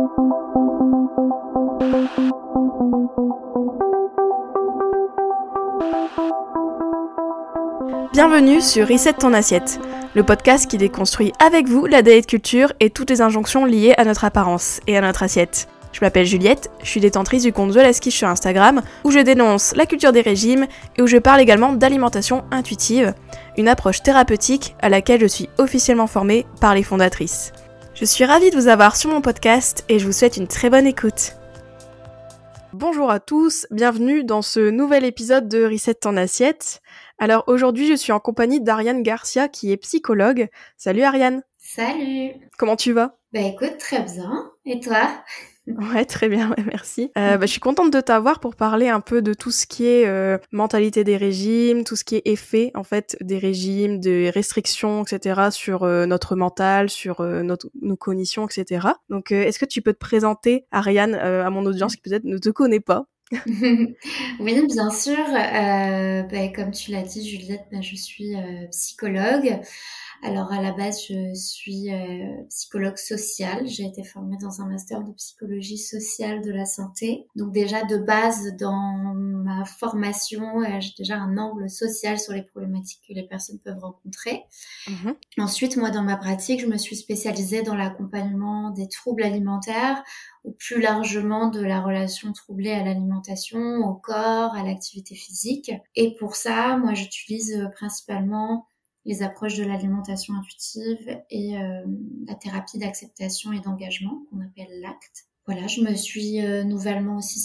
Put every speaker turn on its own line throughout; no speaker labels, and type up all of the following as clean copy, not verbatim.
Bienvenue sur Reset ton assiette, le podcast qui déconstruit avec vous la diet culture et toutes les injonctions liées à notre apparence et à notre assiette. Je m'appelle Juliette, je suis détentrice du compte The Last Quiche sur Instagram, où je dénonce la culture des régimes et où je parle également d'alimentation intuitive, une approche thérapeutique à laquelle je suis officiellement formée par les fondatrices. Je suis ravie de vous avoir sur mon podcast et je vous souhaite une très bonne écoute. Bonjour à tous, bienvenue dans ce nouvel épisode de Reset ton assiette. Alors aujourd'hui je suis en compagnie d'Ariane Garcia qui est psychologue. Salut Ariane.
Salut.
Comment tu vas ?
Bah écoute, très bien. Et toi ?
Ouais, très bien, ouais, merci. Je suis contente de t'avoir pour parler un peu de tout ce qui est mentalité des régimes, tout ce qui est effet en fait des régimes, des restrictions, etc. sur notre mental, sur nos cognitions, etc. Donc, est-ce que tu peux te présenter, Ariane, à mon audience qui peut-être ne te connaît pas ?
Oui, bien sûr. Comme tu l'as dit, Juliette, je suis psychologue. Alors à la base, je suis psychologue sociale. J'ai été formée dans un master de psychologie sociale de la santé. Donc déjà de base dans ma formation, j'ai déjà un angle social sur les problématiques que les personnes peuvent rencontrer. Ensuite, moi dans ma pratique, je me suis spécialisée dans l'accompagnement des troubles alimentaires ou plus largement de la relation troublée à l'alimentation, au corps, à l'activité physique. Et pour ça, moi j'utilise principalement les approches de l'alimentation intuitive et la thérapie d'acceptation et d'engagement qu'on appelle l'ACT. Voilà, je me suis nouvellement aussi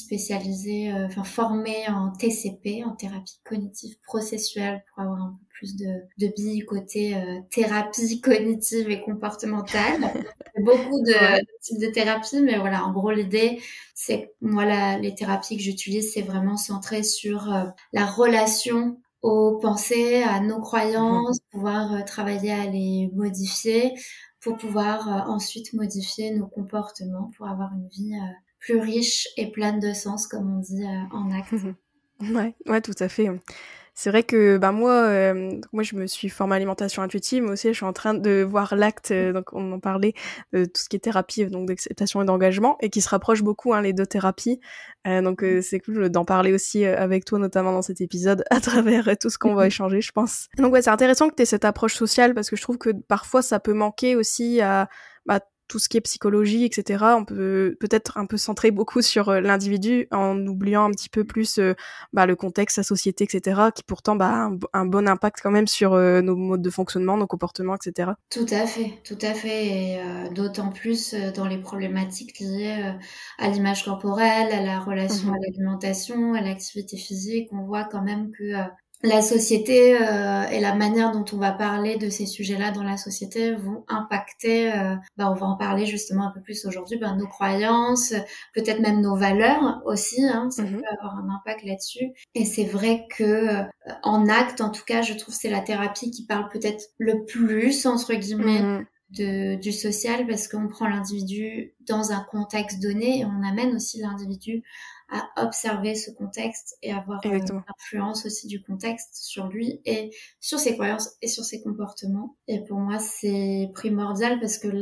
formée en TCP, en thérapie cognitive processuelle, pour avoir un peu plus de billes côté thérapie cognitive et comportementale. Beaucoup de types de thérapies, mais voilà, en gros l'idée, c'est que moi les thérapies que j'utilise, c'est vraiment centré sur la relation aux pensées, à nos croyances, pouvoir travailler à les modifier pour pouvoir ensuite modifier nos comportements pour avoir une vie plus riche et pleine de sens, comme on dit en acte.
Ouais, tout à fait. C'est vrai que moi je me suis formée à alimentation intuitive, mais aussi je suis en train de voir l'ACT, donc on en parlait, tout ce qui est thérapie donc d'acceptation et d'engagement, et qui se rapprochent beaucoup, les deux thérapies. C'est cool d'en parler aussi avec toi, notamment dans cet épisode, à travers tout ce qu'on va échanger, je pense. Donc ouais, c'est intéressant que tu aies cette approche sociale, parce que je trouve que parfois ça peut manquer aussi à tout ce qui est psychologie, etc. On peut peut-être un peu centrer beaucoup sur l'individu en oubliant un petit peu plus le contexte, la société, etc. qui pourtant a un bon impact quand même sur nos modes de fonctionnement, nos comportements, etc.
Tout à fait. Et d'autant plus dans les problématiques liées à l'image corporelle, à la relation à l'alimentation, à l'activité physique. On voit quand même que la société et la manière dont on va parler de ces sujets-là dans la société vont impacter, on va en parler justement un peu plus aujourd'hui, nos croyances, peut-être même nos valeurs aussi, ça peut avoir un impact là-dessus. Et c'est vrai que en acte, en tout cas, je trouve que c'est la thérapie qui parle peut-être le plus, entre guillemets, du social, parce qu'on prend l'individu dans un contexte donné et on amène aussi l'individu à observer ce contexte et avoir l'influence aussi du contexte sur lui et sur ses croyances et sur ses comportements. Et pour moi, c'est primordial parce que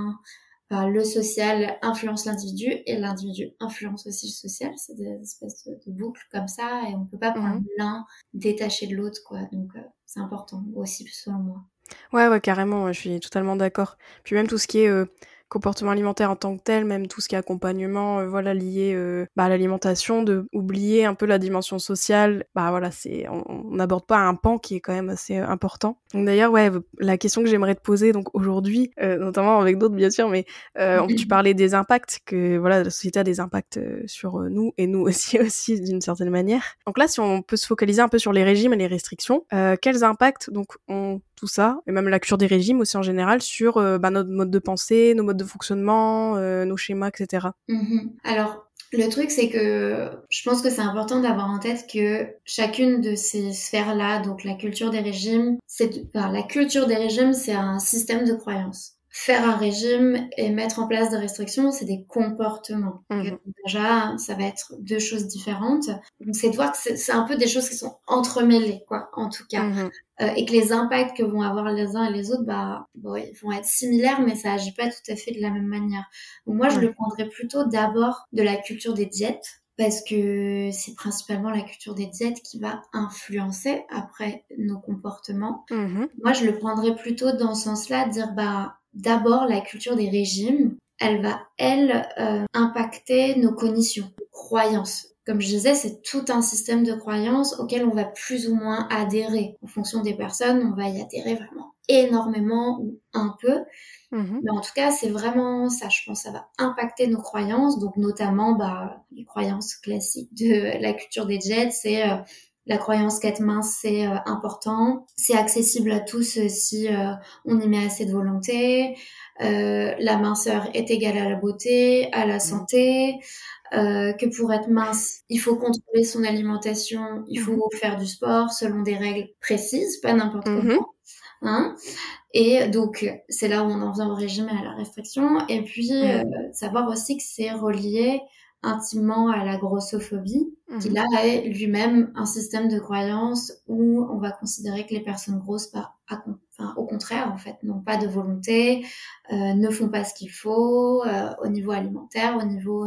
le social influence l'individu et l'individu influence aussi le social. C'est des espèces de boucles comme ça et on peut pas prendre l'un détaché de l'autre, quoi. Donc, c'est important aussi, selon moi.
Ouais, carrément, je suis totalement d'accord. Puis même tout ce qui est comportement alimentaire en tant que tel, même tout ce qui est accompagnement, lié à l'alimentation, de oublier un peu la dimension sociale, on n'aborde pas un pan qui est quand même assez important. Donc d'ailleurs, la question que j'aimerais te poser donc aujourd'hui, notamment avec d'autres bien sûr, mais tu parlais des impacts que la société a des impacts sur nous et nous aussi d'une certaine manière. Donc là, si on peut se focaliser un peu sur les régimes et les restrictions, quels impacts donc ont tout ça, et même la culture des régimes aussi en général, sur notre mode de pensée, nos modes de fonctionnement, nos schémas, etc.
Alors, le truc, c'est que je pense que c'est important d'avoir en tête que chacune de ces sphères-là, donc la culture des régimes, c'est un système de croyances. faire un régime et mettre en place des restrictions, c'est des comportements. Donc, déjà, ça va être deux choses différentes. Donc, c'est de voir que c'est un peu des choses qui sont entremêlées, quoi, en tout cas. Et que les impacts que vont avoir les uns et les autres, ils vont être similaires, mais ça agit pas tout à fait de la même manière. Donc, moi, je le prendrais plutôt d'abord de la culture des diètes, parce que c'est principalement la culture des diètes qui va influencer après nos comportements. Moi, je le prendrais plutôt dans ce sens-là, de dire d'abord la culture des régimes, elle va impacter nos cognitions, nos croyances. Comme je disais, c'est tout un système de croyances auquel on va plus ou moins adhérer. En fonction des personnes, on va y adhérer vraiment énormément ou un peu. Mais en tout cas, c'est vraiment ça, je pense, ça va impacter nos croyances, donc notamment les croyances classiques de la culture des diètes, c'est la croyance qu'être mince, c'est important, c'est accessible à tous si on y met assez de volonté, la minceur est égale à la beauté, à la santé, que pour être mince, il faut contrôler son alimentation, il faut faire du sport selon des règles précises, pas n'importe comment. Hein. Et donc, c'est là où on en vient au régime et à la restriction. Et puis, savoir aussi que c'est relié intimement à la grossophobie, qui là est lui-même un système de croyance où on va considérer que les personnes grosses, au contraire, en fait, n'ont pas de volonté, ne font pas ce qu'il faut au niveau alimentaire,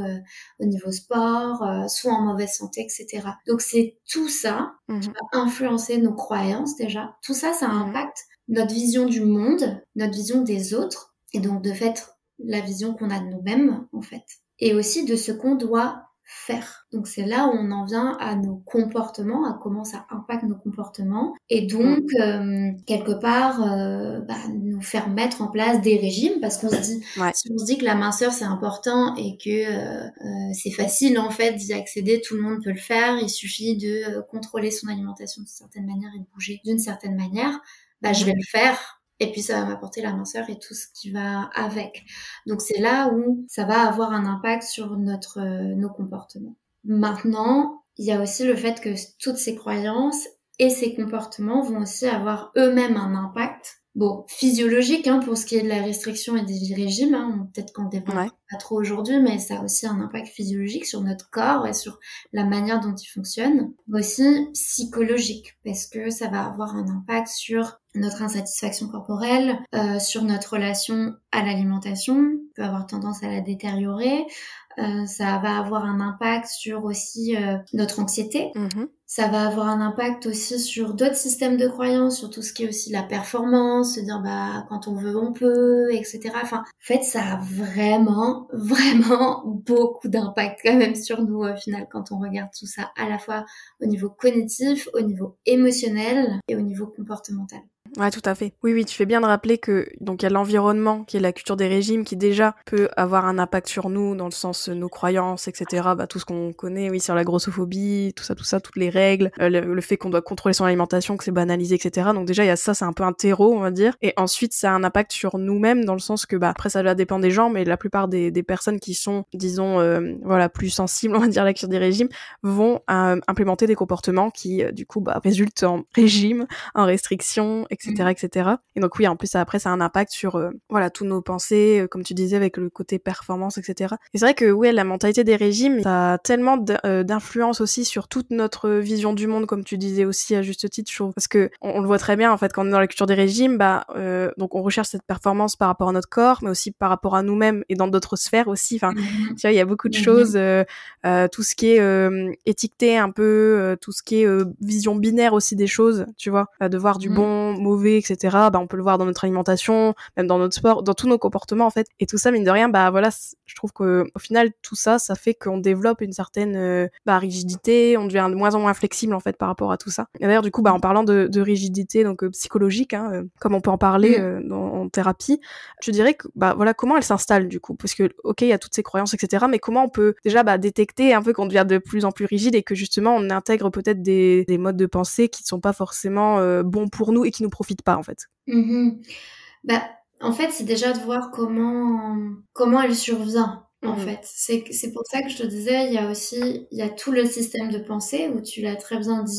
au niveau sport, sont en mauvaise santé, etc. Donc, c'est tout ça qui va influencer nos croyances déjà. Tout ça, ça impacte notre vision du monde, notre vision des autres, et donc de fait, la vision qu'on a de nous-mêmes, en fait. Et aussi de ce qu'on doit faire. Donc c'est là où on en vient à nos comportements, à comment ça impacte nos comportements, et donc quelque part nous faire mettre en place des régimes, parce qu'on se dit, si on se dit que la minceur c'est important et que c'est facile en fait d'y accéder, tout le monde peut le faire, il suffit de contrôler son alimentation d'une certaine manière et de bouger d'une certaine manière, je vais le faire. Et puis ça va m'apporter la minceur et tout ce qui va avec. Donc c'est là où ça va avoir un impact sur nos comportements. Maintenant, il y a aussi le fait que toutes ces croyances et ces comportements vont aussi avoir eux-mêmes un impact. Bon, physiologique pour ce qui est de la restriction et des régimes, peut-être qu'on ne développe pas trop aujourd'hui, mais ça a aussi un impact physiologique sur notre corps et sur la manière dont il fonctionne. Mais aussi psychologique, parce que ça va avoir un impact sur notre insatisfaction corporelle, sur notre relation à l'alimentation, peut avoir tendance à la détériorer. Ça va avoir un impact sur aussi notre anxiété. Ça va avoir un impact aussi sur d'autres systèmes de croyances, sur tout ce qui est aussi la performance, se dire quand on veut on peut, etc. Enfin, en fait, ça a vraiment, vraiment beaucoup d'impact quand même sur nous au final quand on regarde tout ça, à la fois au niveau cognitif, au niveau émotionnel et au niveau comportemental.
Ouais, tout à fait. Oui, tu fais bien de rappeler que donc il y a l'environnement qui est la culture des régimes qui déjà peut avoir un impact sur nous dans le sens nos croyances, etc. Tout ce qu'on connaît, oui, sur la grossophobie, tout ça, toutes les règles, le fait qu'on doit contrôler son alimentation, que c'est banalisé, etc. Donc déjà il y a ça, c'est un peu un terreau, on va dire. Et ensuite ça a un impact sur nous-mêmes dans le sens que après ça va dépendre des gens, mais la plupart des personnes qui sont, disons, plus sensibles, on va dire, à la culture des régimes, vont implémenter des comportements qui du coup résultent en régime, en restriction, etc. Et donc oui, en plus après ça a un impact sur tous nos pensées, comme tu disais, avec le côté performance, etc. Et c'est vrai que la mentalité des régimes, ça a tellement d'influence aussi sur toute notre vision du monde, comme tu disais aussi à juste titre, je trouve, parce que on le voit très bien en fait quand on est dans la culture des régimes, donc on recherche cette performance par rapport à notre corps, mais aussi par rapport à nous-mêmes et dans d'autres sphères aussi. Enfin, tu vois, il y a beaucoup de choses, tout ce qui est étiqueté un peu, tout ce qui est vision binaire aussi des choses, tu vois, de voir du bon, mauvais, etc. On peut le voir dans notre alimentation, même dans notre sport, dans tous nos comportements en fait. Et tout ça, mine de rien, je trouve que au final tout ça fait qu'on développe une certaine rigidité, on devient de moins en moins flexible en fait par rapport à tout ça. Et d'ailleurs du coup, en parlant de rigidité donc psychologique, comme on peut en parler en thérapie, je dirais que comment elle s'installe du coup, parce que ok, il y a toutes ces croyances, etc. Mais comment on peut déjà détecter un peu qu'on devient de plus en plus rigide et que justement on intègre peut-être des modes de pensée qui ne sont pas forcément bons pour nous et qui nous profitent pas en fait.
En fait, c'est déjà de voir comment elle survient. En fait, c'est pour ça que je te disais, il y a tout le système de pensée où tu l'as très bien dit.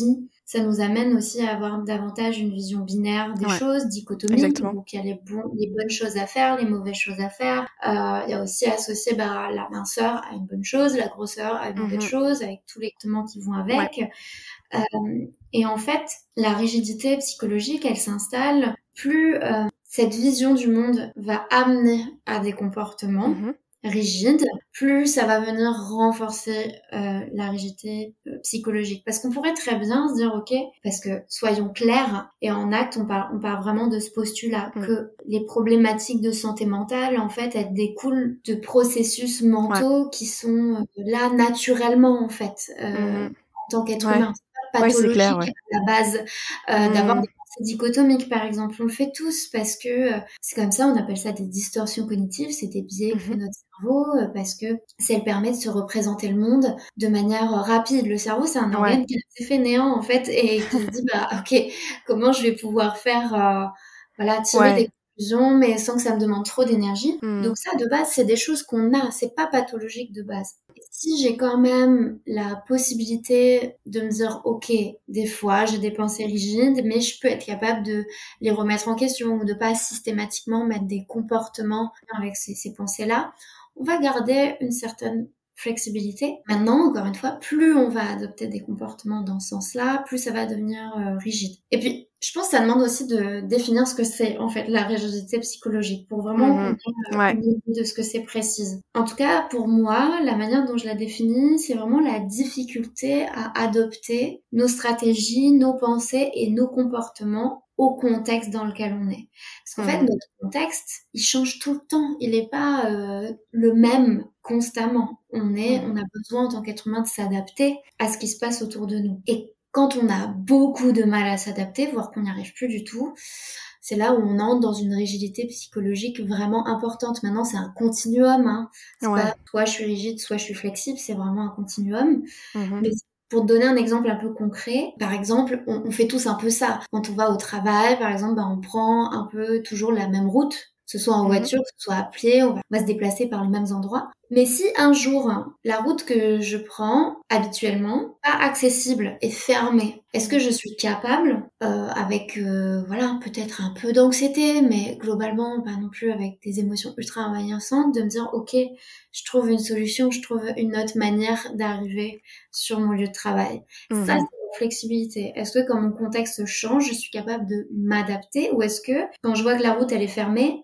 ça nous amène aussi à avoir davantage une vision binaire des
Ouais,
choses, dichotomique.
exactement.
Donc il y a les bonnes choses à faire, les mauvaises choses à faire. Il y a aussi associé la minceur à une bonne chose, la grosseur à une mauvaise
Mmh.
chose, avec tous les comportements qui vont
Ouais.
avec. Euh, et en fait, la rigidité psychologique, elle s'installe plus cette vision du monde va amener à des comportements
Mmh.
rigides, plus ça va venir renforcer la rigidité psychologique. Parce qu'on pourrait très bien se dire, ok, parce que soyons clairs, et en acte, on parle vraiment de ce postulat,
Mmh.
que les problématiques de santé mentale, en fait, elles découlent de processus
Ouais.
mentaux qui sont là naturellement, en fait,
Mmh.
en tant qu'être
Ouais.
humain. C'est pas
Ouais, c'est clair,
pathologique
ouais.
à la base d'avoir
Mmh.
des pensées dichotomiques, par exemple. On le fait tous parce que c'est comme ça, on appelle ça des distorsions cognitives, c'est des biais que fait
Mmh.
notre cerveau parce que ça lui permet de se représenter le monde de manière rapide. Le cerveau, c'est un
Ouais.
organe qui est assez fainéant, en fait, et qui se dit, bah, ok, comment je vais pouvoir faire, voilà, tirer des
Ouais.
conclusions, mais sans que ça me demande trop d'énergie.
Mmh.
Donc ça, de base, c'est des choses qu'on a, c'est pas pathologique de base. Et si j'ai quand même la possibilité de me dire, ok, des fois, j'ai des pensées rigides, mais je peux être capable de les remettre en question ou de pas systématiquement mettre des comportements avec ces pensées-là, on va garder une certaine flexibilité. Maintenant, encore une fois, plus on va adopter des comportements dans ce sens-là, plus ça va devenir rigide. Et puis, je pense que ça demande aussi de définir ce que c'est, en fait, la rigidité psychologique, pour vraiment qu'on
Mmh.
ait
Ouais.
une idée de ce que c'est précise. En tout cas, pour moi, la manière dont je la définis, c'est vraiment la difficulté à adopter nos stratégies, nos pensées et nos comportements au contexte dans lequel on est. Parce qu'en fait,
Mmh.
notre contexte, il change tout le temps. Il n'est pas le même constamment. On
Mmh.
a besoin en tant qu'être humain de s'adapter à ce qui se passe autour de nous. Et quand on a beaucoup de mal à s'adapter, voire qu'on n'y arrive plus du tout, c'est là où on entre dans une rigidité psychologique vraiment importante. Maintenant, c'est un continuum, hein. C'est
Ouais.
pas soit je suis rigide, soit je suis flexible, c'est vraiment un continuum.
Mmh.
Mais pour te donner un exemple un peu concret, par exemple, on fait tous un peu ça. Quand on va au travail, par exemple, on prend un peu toujours la même route, que ce soit en
Mmh.
voiture, que ce soit à pied, on va se déplacer par les mêmes endroits. Mais si un jour, la route que je prends habituellement, pas accessible et fermée, est-ce que je suis capable, avec, voilà, peut-être un peu d'anxiété, mais globalement, pas non plus avec des émotions ultra envahissantes, de me dire, ok, je trouve une solution, je trouve une autre manière d'arriver sur mon lieu de travail. Ça, c'est
Mmh.
la flexibilité. Est-ce que quand mon contexte change, je suis capable de m'adapter ou est-ce que quand je vois que la route, elle est fermée,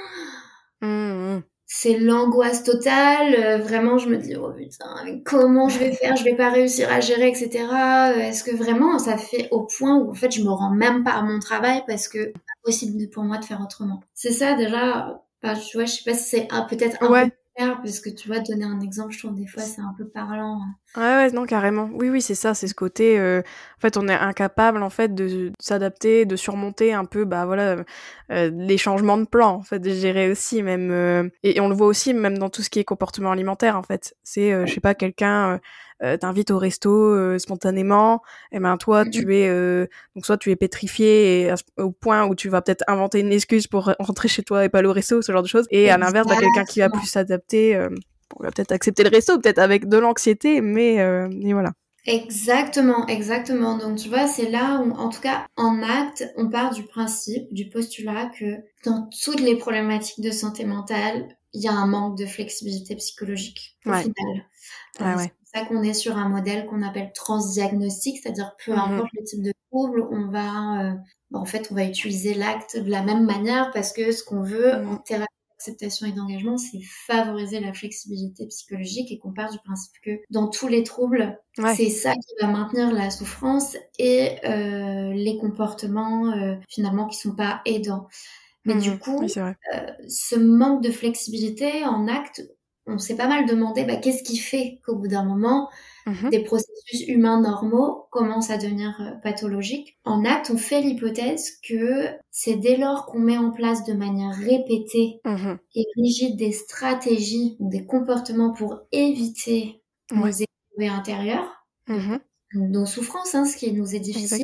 Mmh.
c'est l'angoisse totale. Vraiment, je me dis, oh putain, mais comment je vais faire? Je vais pas réussir à gérer, etc. Est-ce que vraiment, ça fait au point où, en fait, je me rends même pas à mon travail parce que c'est impossible pour moi de faire autrement. C'est ça, déjà, bah, tu vois, je sais pas si c'est peut-être un peu
Ouais.
clair parce que tu vois, donner un exemple, je trouve des fois, c'est un peu parlant.
Ouais, ouais, non, carrément. Oui, oui, c'est ça, c'est ce côté, en fait, on est incapable, en fait, de s'adapter, de surmonter un peu, bah, voilà, les changements de plan, en fait, de gérer aussi même, et on le voit aussi même dans tout ce qui est comportement alimentaire, en fait. C'est, je sais pas, quelqu'un, t'invite au resto, spontanément, et ben, toi,
Mhm.
donc soit tu es pétrifié et au point où tu vas peut-être inventer une excuse pour rentrer chez toi et pas aller au resto, ce genre de choses. Et à l'inverse, bah, quelqu'un qui va
Exactement.
plus s'adapter, on va peut-être accepter le resto, peut-être avec de l'anxiété, mais voilà.
Exactement, exactement. Donc tu vois, c'est là où, en tout cas, en acte, on part du principe, du postulat que dans toutes les problématiques de santé mentale, il y a un manque de flexibilité psychologique au
Ouais,
final.
ouais,
C'est
ouais.
pour ça qu'on est sur un modèle qu'on appelle transdiagnostic, c'est-à-dire peu
Mhm,
importe le type de trouble, en fait, on va utiliser l'acte de la même manière parce que ce qu'on veut en
mhm.
thérapie d'acceptation et d'engagement, c'est favoriser la flexibilité psychologique et qu'on part du principe que dans tous les troubles,
Ouais.
c'est ça qui va maintenir la souffrance et les comportements finalement qui sont pas aidants. Mais du
Mhm. Oui,
coup,
c'est vrai.
ce manque de flexibilité en acte, on s'est pas mal demandé bah, qu'est-ce qui fait qu'au bout d'un moment,
Mhm,
des processus humains normaux commencent à devenir pathologiques. En acte, on fait l'hypothèse que c'est dès lors qu'on met en place de manière répétée
mhm.
et rigide des stratégies ou des comportements pour éviter nos
Ouais.
épreuves intérieures, donc
Mhm.
nos souffrances, hein, ce qui nous est difficile,
Exact.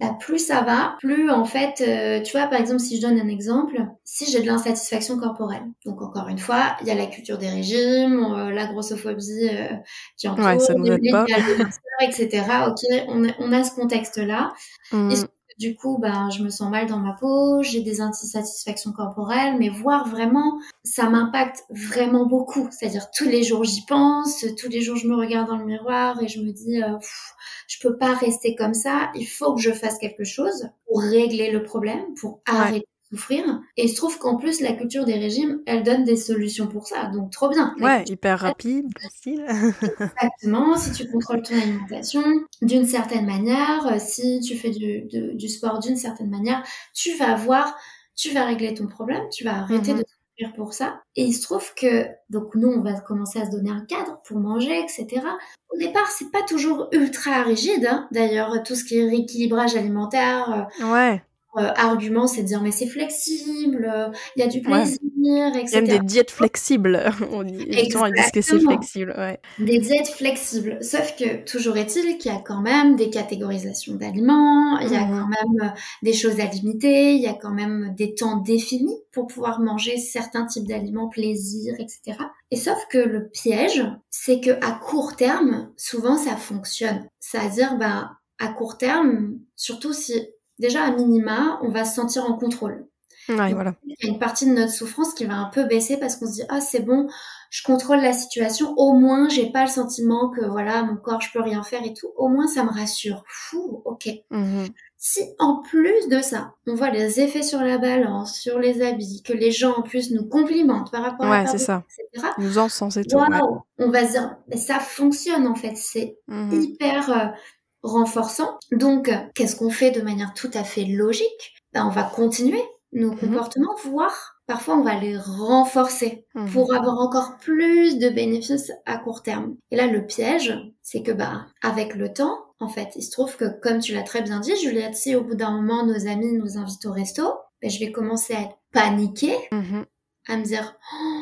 bah, plus ça va, plus en fait, tu vois, par exemple, si je donne un exemple, si j'ai de l'insatisfaction corporelle, donc encore une fois, il y a la culture des régimes, la grossophobie qui
Ouais,
entoure,
ça nous aide pas.
l'idéal de minceur, etc. Ok, on a ce contexte-là. Et
Mmh.
du coup, ben, je me sens mal dans ma peau, j'ai des insatisfactions corporelles, mais voir vraiment, ça m'impacte vraiment beaucoup. C'est-à-dire tous les jours j'y pense, tous les jours je me regarde dans le miroir et je me dis, je peux pas rester comme ça, il faut que je fasse quelque chose pour régler le problème, pour
Ouais.
arrêter de souffrir. Et il se trouve qu'en plus, la culture des régimes, elle donne des solutions pour ça. Donc trop bien. La
Ouais,
culture
hyper rapide, facile.
Exactement, si tu contrôles ton alimentation d'une certaine manière, si tu fais du sport d'une certaine manière, tu vas voir, tu vas régler ton problème, tu vas arrêter
Mmh.
de souffrir pour ça. Et il se trouve que, donc nous, on va commencer à se donner un cadre pour manger, etc. Au départ, c'est pas toujours ultra rigide, hein. D'ailleurs, tout ce qui est rééquilibrage alimentaire,
Ouais,
argument, c'est de dire mais c'est flexible, il y a du
ouais.
plaisir,
Il y a même des
etc.
diètes flexibles. On dit justement, ils disent que c'est
Exactement.
flexible, ouais.
Des diètes flexibles. Sauf que toujours est-il qu'il y a quand même des catégorisations d'aliments, il y a
Mmh.
quand même des choses à limiter, il y a quand même des temps définis pour pouvoir manger certains types d'aliments, plaisir, etc. Et sauf que le piège, c'est que à court terme, souvent ça fonctionne. C'est-à-dire, bah, à court terme, surtout si déjà à minima, on va se sentir en contrôle.
Ouais,
Donc,
voilà.
il y a une partie de notre souffrance qui va un peu baisser parce qu'on se dit, ah, c'est bon, je contrôle la situation. Au moins, j'ai pas le sentiment que, voilà, mon corps, je peux rien faire et tout. Au moins, ça me rassure. Fou, ok.
Mmh.
Si, en plus de ça, on voit les effets sur la balance, sur les habits, que les gens, en plus, nous complimentent par rapport à
Ouais,
leur
c'est
vie,
ça.
etc.
Ils nous encensent et tout, ouais.
Waouh! On va se dire, mais ça fonctionne, en fait. C'est
Mmh.
hyper renforçant. Donc, qu'est-ce qu'on fait de manière tout à fait logique? Ben, on va continuer nos
Mmh.
comportements, voire parfois on va les renforcer
Mmh.
pour avoir encore plus de bénéfices à court terme. Et là, le piège, c'est que bah, avec le temps, en fait, il se trouve que, comme tu l'as très bien dit, Juliette, si au bout d'un moment nos amis nous invitent au resto, ben, je vais commencer à paniquer,
Mmh.
à me dire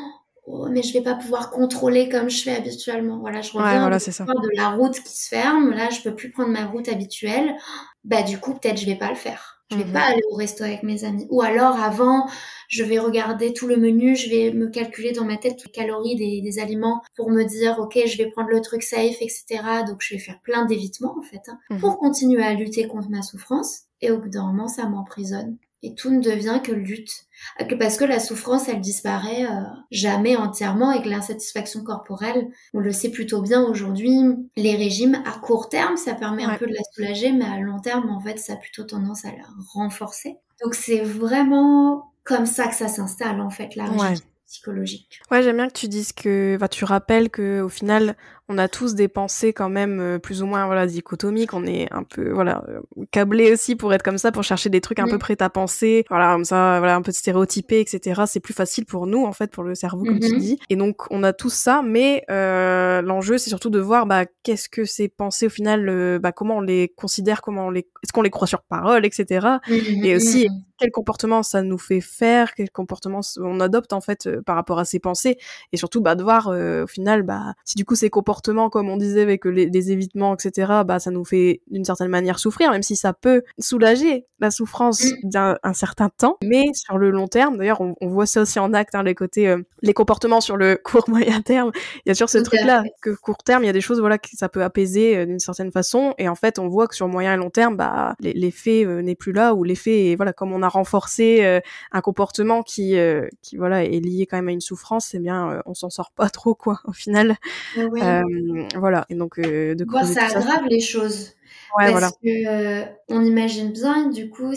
oh, mais je vais pas pouvoir contrôler comme je fais habituellement. Voilà, je
Ouais,
reviens de
voilà, c'est ça.
l'histoire de la route qui se ferme. Là, je peux plus prendre ma route habituelle. Bah, du coup, peut-être je vais pas le faire. Je vais pas
Mmh.
aller au resto avec mes amis. Ou alors, avant, je vais regarder tout le menu, je vais me calculer dans ma tête toutes les calories des aliments pour me dire, OK, je vais prendre le truc safe, etc. Donc, je vais faire plein d'évitements, en fait, hein,
Mmh.
pour continuer à lutter contre ma souffrance. Et au bout d'un moment, ça m'emprisonne. Et tout ne devient que lutte. Parce que la souffrance, elle disparaît jamais entièrement et que l'insatisfaction corporelle, on le sait plutôt bien aujourd'hui, les régimes à court terme, ça permet un
Ouais.
peu de la soulager, mais à long terme, en fait, ça a plutôt tendance à la renforcer. Donc c'est vraiment comme ça que ça s'installe, en fait, la
Ouais.
rigidité psychologique.
Ouais, j'aime bien que tu dises que enfin, tu rappelles qu'au final, on a tous des pensées quand même, plus ou moins, voilà, dichotomiques. On est un peu, voilà, câblés aussi pour être comme ça, pour chercher des trucs un peu
Mm.
prêts à penser, voilà, comme ça, voilà, un peu stéréotypés et cetera. C'est plus facile pour nous, en fait, pour le cerveau, comme tu
Mhm.
dis et donc on a tous ça, mais l'enjeu, c'est surtout de voir, bah, qu'est-ce que ces pensées, au final, bah, comment on les considère, comment on les est-ce qu'on les croit sur parole et cetera et aussi
Mhm.
quel comportement ça nous fait faire, quel comportement on adopte en fait par rapport à ses pensées et surtout bah de voir au final bah si du coup ces comportements comme on disait avec les évitements etc bah ça nous fait d'une certaine manière souffrir même si ça peut soulager la souffrance
Mhm.
d'un un certain temps mais sur le long terme d'ailleurs on voit ça aussi en acte hein, les côtés les comportements sur le court moyen terme il y a toujours ce
Tout
truc
à
là
fait.
que court terme il y a des choses voilà que ça peut apaiser d'une certaine façon et en fait on voit que sur moyen et long terme bah l'effet n'est plus là ou l'effet est, voilà comme on a renforcé un comportement qui voilà est lié quand même à une souffrance eh bien on s'en sort pas trop quoi au final
Oui.
voilà et donc de
Voir
creuser
ça
tout ça
aggrave les choses.
ouais
Parce
voilà
que on imagine bien, du coup,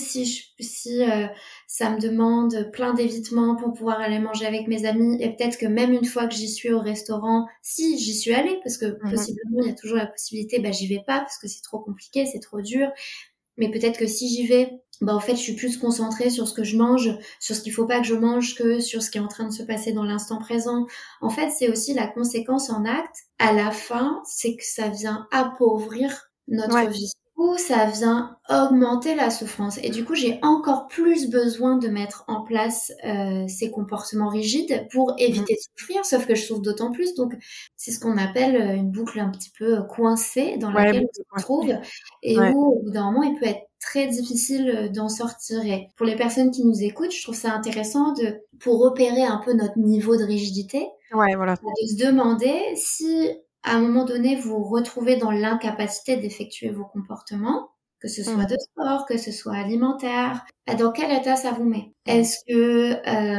si ça me demande plein d'évitements pour pouvoir aller manger avec mes amis, et peut-être que même une fois que j'y suis au restaurant, si j'y suis allée, parce que
mhm,
possiblement il y a toujours la possibilité, bah j'y vais pas parce que c'est trop compliqué, c'est trop dur. Mais peut-être que si j'y vais, bah en fait je suis plus concentrée sur ce que je mange, sur ce qu'il faut pas que je mange que sur ce qui est en train de se passer dans l'instant présent. En fait, c'est aussi la conséquence en acte. À la fin, c'est que ça vient appauvrir notre
ouais
vie. coup, ça vient augmenter la souffrance. Et du coup, j'ai encore plus besoin de mettre en place ces comportements rigides pour
Mmh.
éviter de souffrir, sauf que je souffre d'autant plus. Donc, c'est ce qu'on appelle une boucle un petit peu coincée dans
Ouais,
laquelle on
beaucoup,
se
ouais.
trouve et
Ouais.
où, au bout d'un moment, il peut être très difficile d'en sortir. Et pour les personnes qui nous écoutent, je trouve ça intéressant pour repérer un peu notre niveau de rigidité,
Ouais, voilà.
de se demander si, à un moment donné, vous vous retrouvez dans l'incapacité d'effectuer vos comportements, que ce soit
Mmh.
de sport, que ce soit alimentaire, dans quel état ça vous met?
Mmh.
Est-ce que,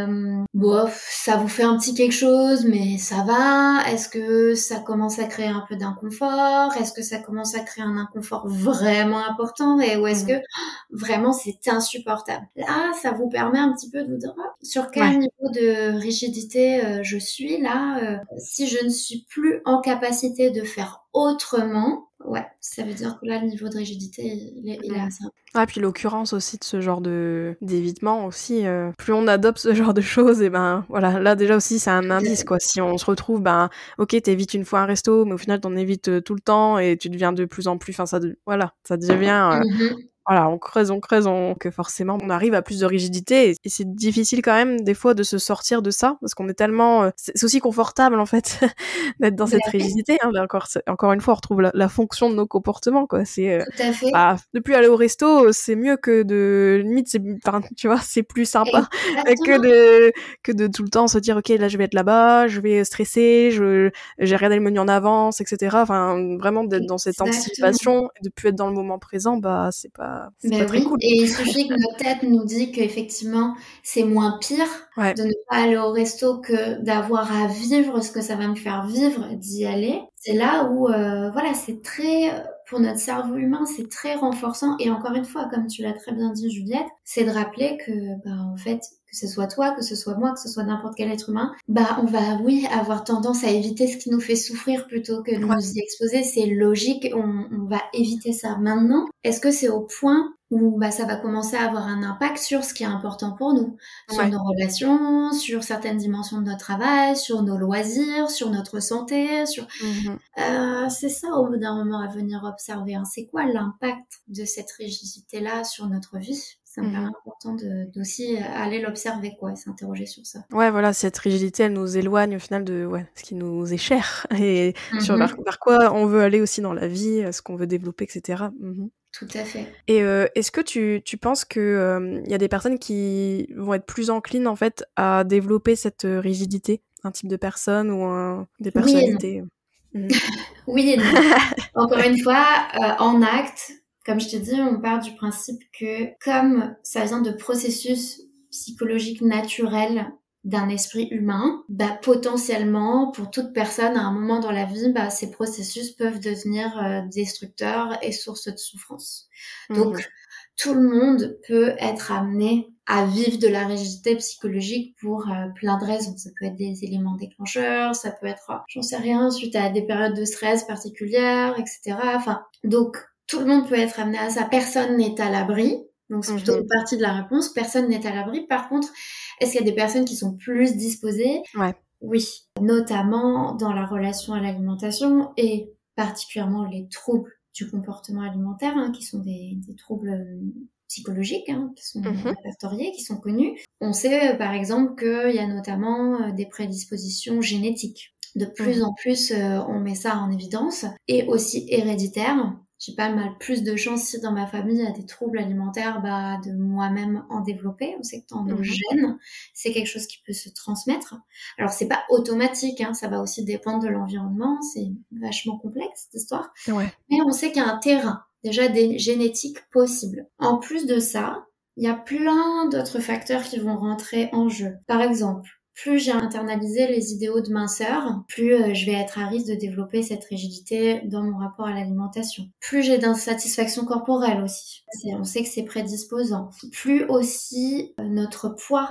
bof, ça vous fait un petit quelque chose, mais ça va? Est-ce que ça commence à créer un peu d'inconfort? Est-ce que ça commence à créer un inconfort vraiment important? Ou est-ce
Mmh.
que vraiment c'est insupportable? Là, ça vous permet un petit peu de vous dire, ah, sur quel
Ouais.
niveau de rigidité je suis là? Si je ne suis plus en capacité de faire autrement, ouais, ça veut dire que là, le niveau de rigidité, il est
Mmh.
assez
Ah, puis l'occurrence aussi de ce genre d'évitement aussi, plus on adopte ce genre de choses et ben, voilà, là déjà aussi c'est un
tout à
indice
fait.
quoi. Si on se retrouve, ben, OK, t'évites une fois un resto, mais au final t'en évites, tout le temps et tu deviens de plus en plus enfin voilà, ça devient,
Mmh.
voilà, on creuse, que forcément on arrive à plus de rigidité et c'est difficile quand même des fois de se sortir de ça parce qu'on est tellement, c'est aussi confortable en fait d'être dans cette
Bah oui,
rigidité, hein, mais encore une fois on retrouve la fonction de nos comportements quoi.
tout à fait.
Bah, de plus aller au resto, c'est mieux que de limite c'est enfin, tu vois, c'est plus sympa que
Exactement.
de tout le temps se dire: «OK, là je vais être là-bas, je vais stresser, j'ai regardé le menu en avance» et cetera. Enfin, vraiment d'être dans cette
Exactement.
anticipation et de plus être dans le moment présent, bah, c'est pas
Ben
très
oui,
cool.
et il suffit que notre tête nous dit qu'effectivement, c'est moins pire
Ouais.
de ne pas aller au resto que d'avoir à vivre ce que ça va me faire vivre d'y aller. C'est là où, voilà, c'est très, pour notre cerveau humain, c'est très renforçant et encore une fois, comme tu l'as très bien dit Juliette, c'est de rappeler que, bah, en fait, que ce soit toi, que ce soit moi, que ce soit n'importe quel être humain, bah, on va, oui, avoir tendance à éviter ce qui nous fait souffrir plutôt que de
Ouais.
nous y exposer. C'est logique, on va éviter ça. Maintenant, est-ce que c'est au point où bah, ça va commencer à avoir un impact sur ce qui est important pour nous, sur
Ouais.
nos relations, sur certaines dimensions de notre travail, sur nos loisirs, sur notre santé,
Mmh.
c'est ça au bout d'un moment à venir observer, hein. C'est quoi l'impact de cette rigidité-là sur notre vie? Ça me paraît
Mmh.
important d'aussi aller l'observer quoi et s'interroger sur ça.
Ouais, voilà, cette rigidité, elle nous éloigne au final de ouais, ce qui nous est cher et sur
Mmh.
vers quoi on veut aller aussi dans la vie, ce qu'on veut développer et cetera. Mmh.
Tout à fait.
Et est-ce que tu penses que, il y a des personnes qui vont être plus enclines, en fait, à développer cette, rigidité? Un type de personne ou des
Oui et non.
personnalités? Mmh mh.
Oui et non. Encore une fois, en acte, comme je te dis, on part du principe que comme ça vient de processus psychologiques naturels d'un esprit humain, bah, potentiellement, pour toute personne, à un moment dans la vie, bah, ces processus peuvent devenir destructeurs et source de souffrance.
Mmh.
Donc, tout le monde peut être amené à vivre de la rigidité psychologique pour plein de raisons. Ça peut être des éléments déclencheurs, ça peut être, j'en sais rien, suite à des périodes de stress particulières, etc. Enfin, donc tout le monde peut être amené à ça. Personne n'est à l'abri. Donc c'est plutôt
Mmh.
une partie de la réponse. Personne n'est à l'abri. Par contre, est-ce qu'il y a des personnes qui sont plus disposées?
Ouais.
Oui, notamment dans la relation à l'alimentation et particulièrement les troubles du comportement alimentaire, hein, qui sont des troubles psychologiques, hein, qui sont
Mmh.
répertoriés, qui sont connus. On sait par exemple qu'il y a notamment des prédispositions génétiques. De plus
Mmh.
en plus, on met ça en évidence, et aussi héréditaire. J'ai pas mal plus de chance si dans ma famille il y a des troubles alimentaires, bah, de moi-même en développer. On sait que dans nos
Mmh.
gènes, c'est quelque chose qui peut se transmettre. Alors c'est pas automatique, hein, ça va aussi dépendre de l'environnement, c'est vachement complexe cette histoire,
Ouais.
mais on sait qu'il y a un terrain déjà des génétiques possibles. En plus de ça, il y a plein d'autres facteurs qui vont rentrer en jeu. Par exemple, plus j'ai internalisé les idéaux de minceur, plus je vais être à risque de développer cette rigidité dans mon rapport à l'alimentation. Plus j'ai d'insatisfaction corporelle aussi. On sait que c'est prédisposant. Plus aussi notre poids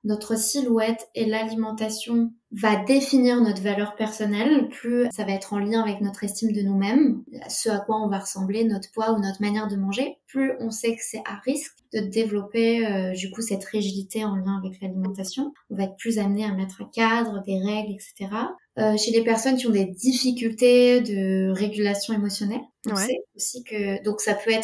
notre silhouette et l'alimentation va définir notre valeur personnelle, plus ça va être en lien avec notre estime de nous-mêmes, ce à quoi on va ressembler, notre poids ou notre manière de manger, plus on sait que c'est à risque de développer du coup cette rigidité en lien avec l'alimentation. On va être plus amené à mettre un cadre, des règles, etc. Chez les personnes qui ont des difficultés de régulation émotionnelle, on sait aussi que donc ça peut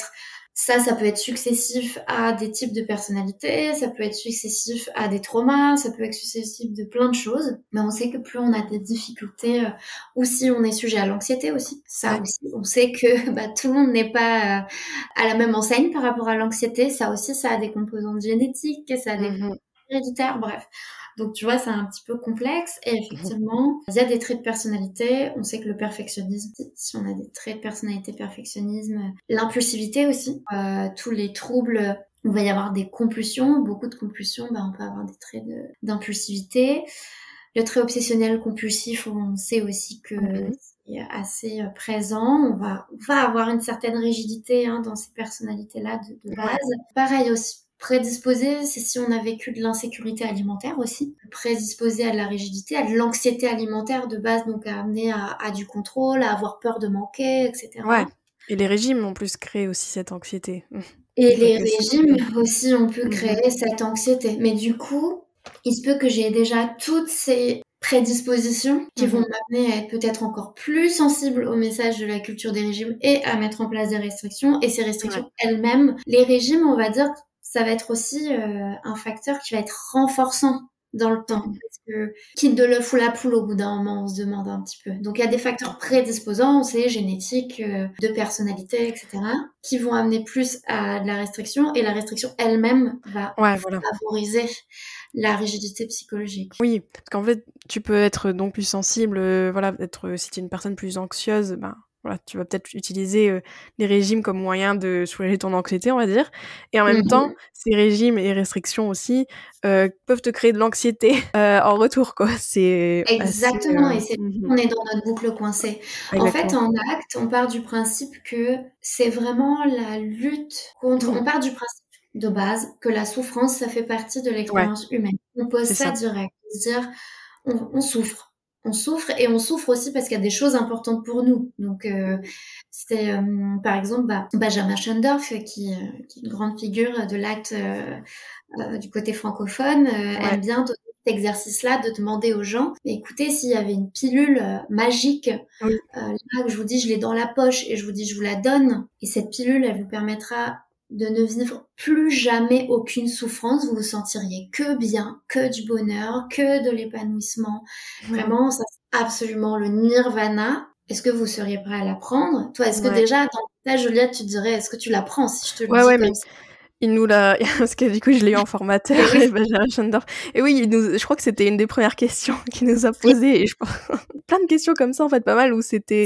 être successif à des types de personnalités, ça peut être successif à des traumas, ça peut être successif de plein de choses. Mais on sait que plus on a des difficultés, ou si on est sujet à l'anxiété aussi, ça aussi, on sait que tout le monde n'est pas à la même enseigne par rapport à l'anxiété. Ça aussi, ça a des composantes génétiques, ça a des composantes héréditaires, bref. Donc, tu vois, c'est un petit peu complexe. Et effectivement, il y a des traits de personnalité. On sait que le perfectionnisme, si on a des traits de personnalité perfectionnisme, l'impulsivité aussi, tous les troubles, on va y avoir des compulsions, beaucoup de compulsions, on peut avoir des traits d'impulsivité. Le trait obsessionnel compulsif, on sait aussi que c'est assez présent. On va avoir une certaine rigidité dans ces personnalités-là de base. Pareil aussi. Prédisposé, c'est si on a vécu de l'insécurité alimentaire aussi. Prédisposé à de la rigidité, à de l'anxiété alimentaire de base, donc à amener à du contrôle, à avoir peur de manquer, etc.
Ouais. Et les régimes en plus créent aussi cette anxiété.
Et les régimes aussi, on peut créer cette anxiété. Mais du coup, il se peut que j'ai déjà toutes ces prédispositions qui vont m'amener à être peut-être encore plus sensible au message de la culture des régimes et à mettre en place des restrictions. Et ces restrictions elles-mêmes, les régimes, on va dire, ça va être aussi un facteur qui va être renforçant dans le temps. Parce que quitte de l'œuf ou la poule, au bout d'un moment, on se demande un petit peu. Donc il y a des facteurs prédisposants, on sait, génétiques, de personnalité, etc., qui vont amener plus à de la restriction. Et la restriction elle-même va favoriser la rigidité psychologique.
Oui, parce qu'en fait, tu peux être donc plus sensible, si tu es une personne plus anxieuse, tu vas peut-être utiliser les régimes comme moyen de soulager ton anxiété, on va dire. Et en même temps, ces régimes et restrictions aussi peuvent te créer de l'anxiété en retour, quoi. C'est
exactement, et c'est on est dans notre boucle coincée. En fait, en acte, on part du principe que c'est vraiment la lutte contre... On part du principe de base que la souffrance, ça fait partie de l'expérience humaine. On pose ça direct. C'est-à-dire, on souffre. On souffre, et on souffre aussi parce qu'il y a des choses importantes pour nous. Donc, c'est par exemple Benjamin Schoendorf, qui est une grande figure de l'acte du côté francophone, aime bien cet exercice-là de demander aux gens, écoutez, s'il y avait une pilule magique, là, je vous dis, je l'ai dans la poche et je vous dis, je vous la donne, et cette pilule, elle vous permettra de ne vivre plus jamais aucune souffrance, vous vous sentiriez que bien, que du bonheur, que de l'épanouissement. Vraiment, ça c'est absolument le nirvana. Est-ce que vous seriez prêt à la prendre? Toi, est-ce que déjà, dans ta Juliette, tu te dirais, est-ce que tu la prends si je te le dis comme ça?
Il nous l'a, parce que du coup, je l'ai eu en formateur, Benjamin Schoendorf. Et oui, je crois que c'était une des premières questions qu'il nous a posées, et je pense, plein de questions comme ça, en fait, pas mal, où c'était,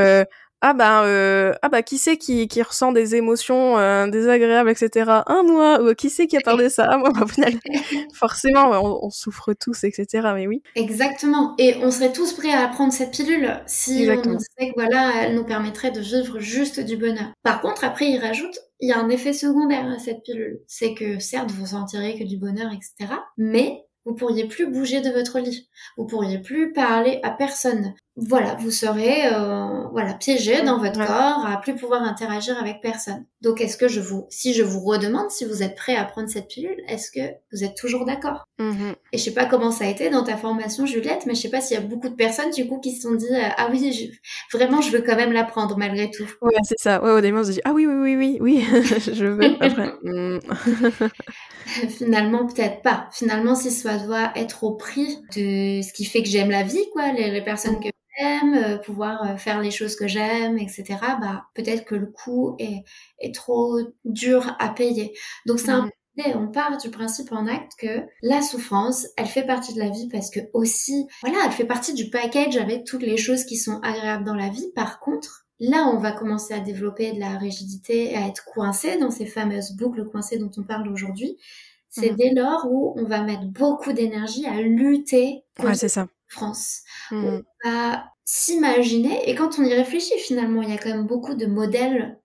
qui c'est qui ressent des émotions désagréables, etc. Moi, qui c'est qui a peur de ça? Moi, au final, forcément, on souffre tous, etc. Mais oui.
Exactement. Et on serait tous prêts à prendre cette pilule si on nous disait que elle nous permettrait de vivre juste du bonheur. Par contre, après, il rajoute, il y a un effet secondaire à cette pilule. C'est que, certes, vous sentirez que du bonheur, etc., mais vous pourriez plus bouger de votre lit. Vous pourriez plus parler à personne. Voilà, vous serez piégé dans votre corps, à plus pouvoir interagir avec personne. Donc, si je vous redemande si vous êtes prêt à prendre cette pilule, est-ce que vous êtes toujours d'accord? Et je sais pas comment ça a été dans ta formation, Juliette, mais je sais pas s'il y a beaucoup de personnes du coup qui se sont dit ah oui, vraiment je veux quand même la prendre malgré tout.
Ouais, c'est ça. Ouais, au début on se dit ah oui, je veux. Après.
Finalement, peut-être pas. Finalement, si ça doit être au prix de ce qui fait que j'aime la vie, quoi, les personnes que j'aime, pouvoir faire les choses que j'aime, etc., peut-être que le coût est trop dur à payer. Donc, c'est un peu, on part du principe en acte que la souffrance, elle fait partie de la vie parce que aussi, elle fait partie du package avec toutes les choses qui sont agréables dans la vie. Par contre, là, on va commencer à développer de la rigidité et à être coincé dans ces fameuses boucles coincées dont on parle aujourd'hui. C'est dès lors où on va mettre beaucoup d'énergie à lutter contre la souffrance. On va s'imaginer, et quand on y réfléchit finalement, il y a quand même beaucoup de modèles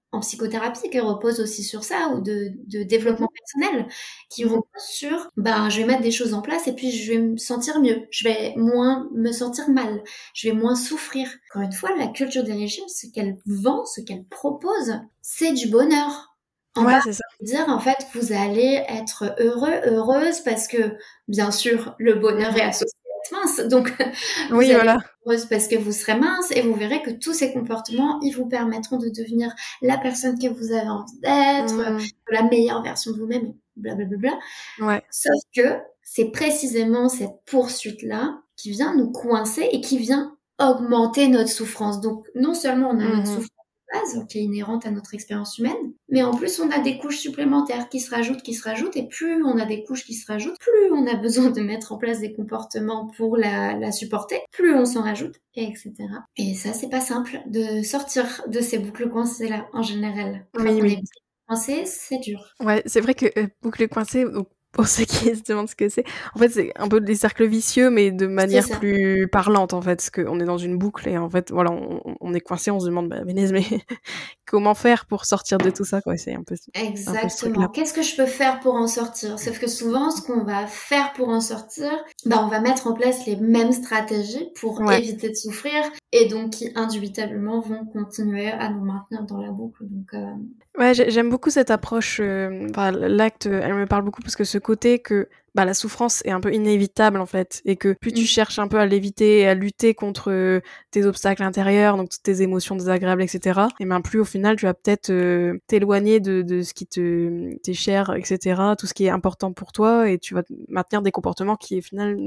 en psychothérapie qui repose aussi sur ça, ou de développement personnel, qui repose sur, je vais mettre des choses en place et puis je vais me sentir mieux, je vais moins me sentir mal, je vais moins souffrir. Encore une fois, la culture des régimes, ce qu'elle vend, ce qu'elle propose, c'est du bonheur. En bas,
Ouais, c'est ça.
dire en fait, vous allez être heureux, heureuse, parce que, bien sûr, le bonheur est associé à être mince, donc vous
Oui,
allez
voilà.
être heureuse parce que vous serez mince, et vous verrez que tous ces comportements, ils vous permettront de devenir la personne que vous avez envie d'être, la meilleure version de vous-même, blablabla.
Ouais.
Sauf que c'est précisément cette poursuite-là qui vient nous coincer et qui vient augmenter notre souffrance. Donc, non seulement on a notre souffrance de base, qui est inhérente à notre expérience humaine, mais en plus on a des couches supplémentaires qui se rajoutent, et plus on a des couches qui se rajoutent, plus on a besoin de mettre en place des comportements pour la supporter, plus on s'en rajoute, etc. Et ça, c'est pas simple de sortir de ces boucles coincées-là, en général. Une fois
Oui,
qu'on
oui.
est coincé, c'est dur.
Ouais, c'est vrai que boucle coincée, donc pour ceux qui se demandent ce que c'est, en fait, c'est un peu des cercles vicieux, mais de
C'est
manière
ça.
plus parlante, en fait, parce qu'on est dans une boucle et en fait, voilà, on est coincé, on se demande, bah, mais comment faire pour sortir de tout ça, quoi. C'est un peu ce truc-là.
Exactement. Qu'est-ce que je peux faire pour en sortir? Sauf que souvent, ce qu'on va faire pour en sortir, on va mettre en place les mêmes stratégies pour
Ouais.
éviter de souffrir, et donc qui indubitablement vont continuer à nous maintenir dans la boucle. Donc,
Ouais, j'aime beaucoup cette approche, enfin, l'acte, elle me parle beaucoup parce que ce côté que, bah, la souffrance est un peu inévitable, en fait, et que plus tu cherches un peu à l'éviter et à lutter contre, tes obstacles intérieurs, donc toutes tes émotions désagréables, et cetera, et ben, plus au final tu vas peut-être, t'éloigner de ce qui t'est cher, et cetera, tout ce qui est important pour toi, et tu vas maintenir des comportements qui, au final,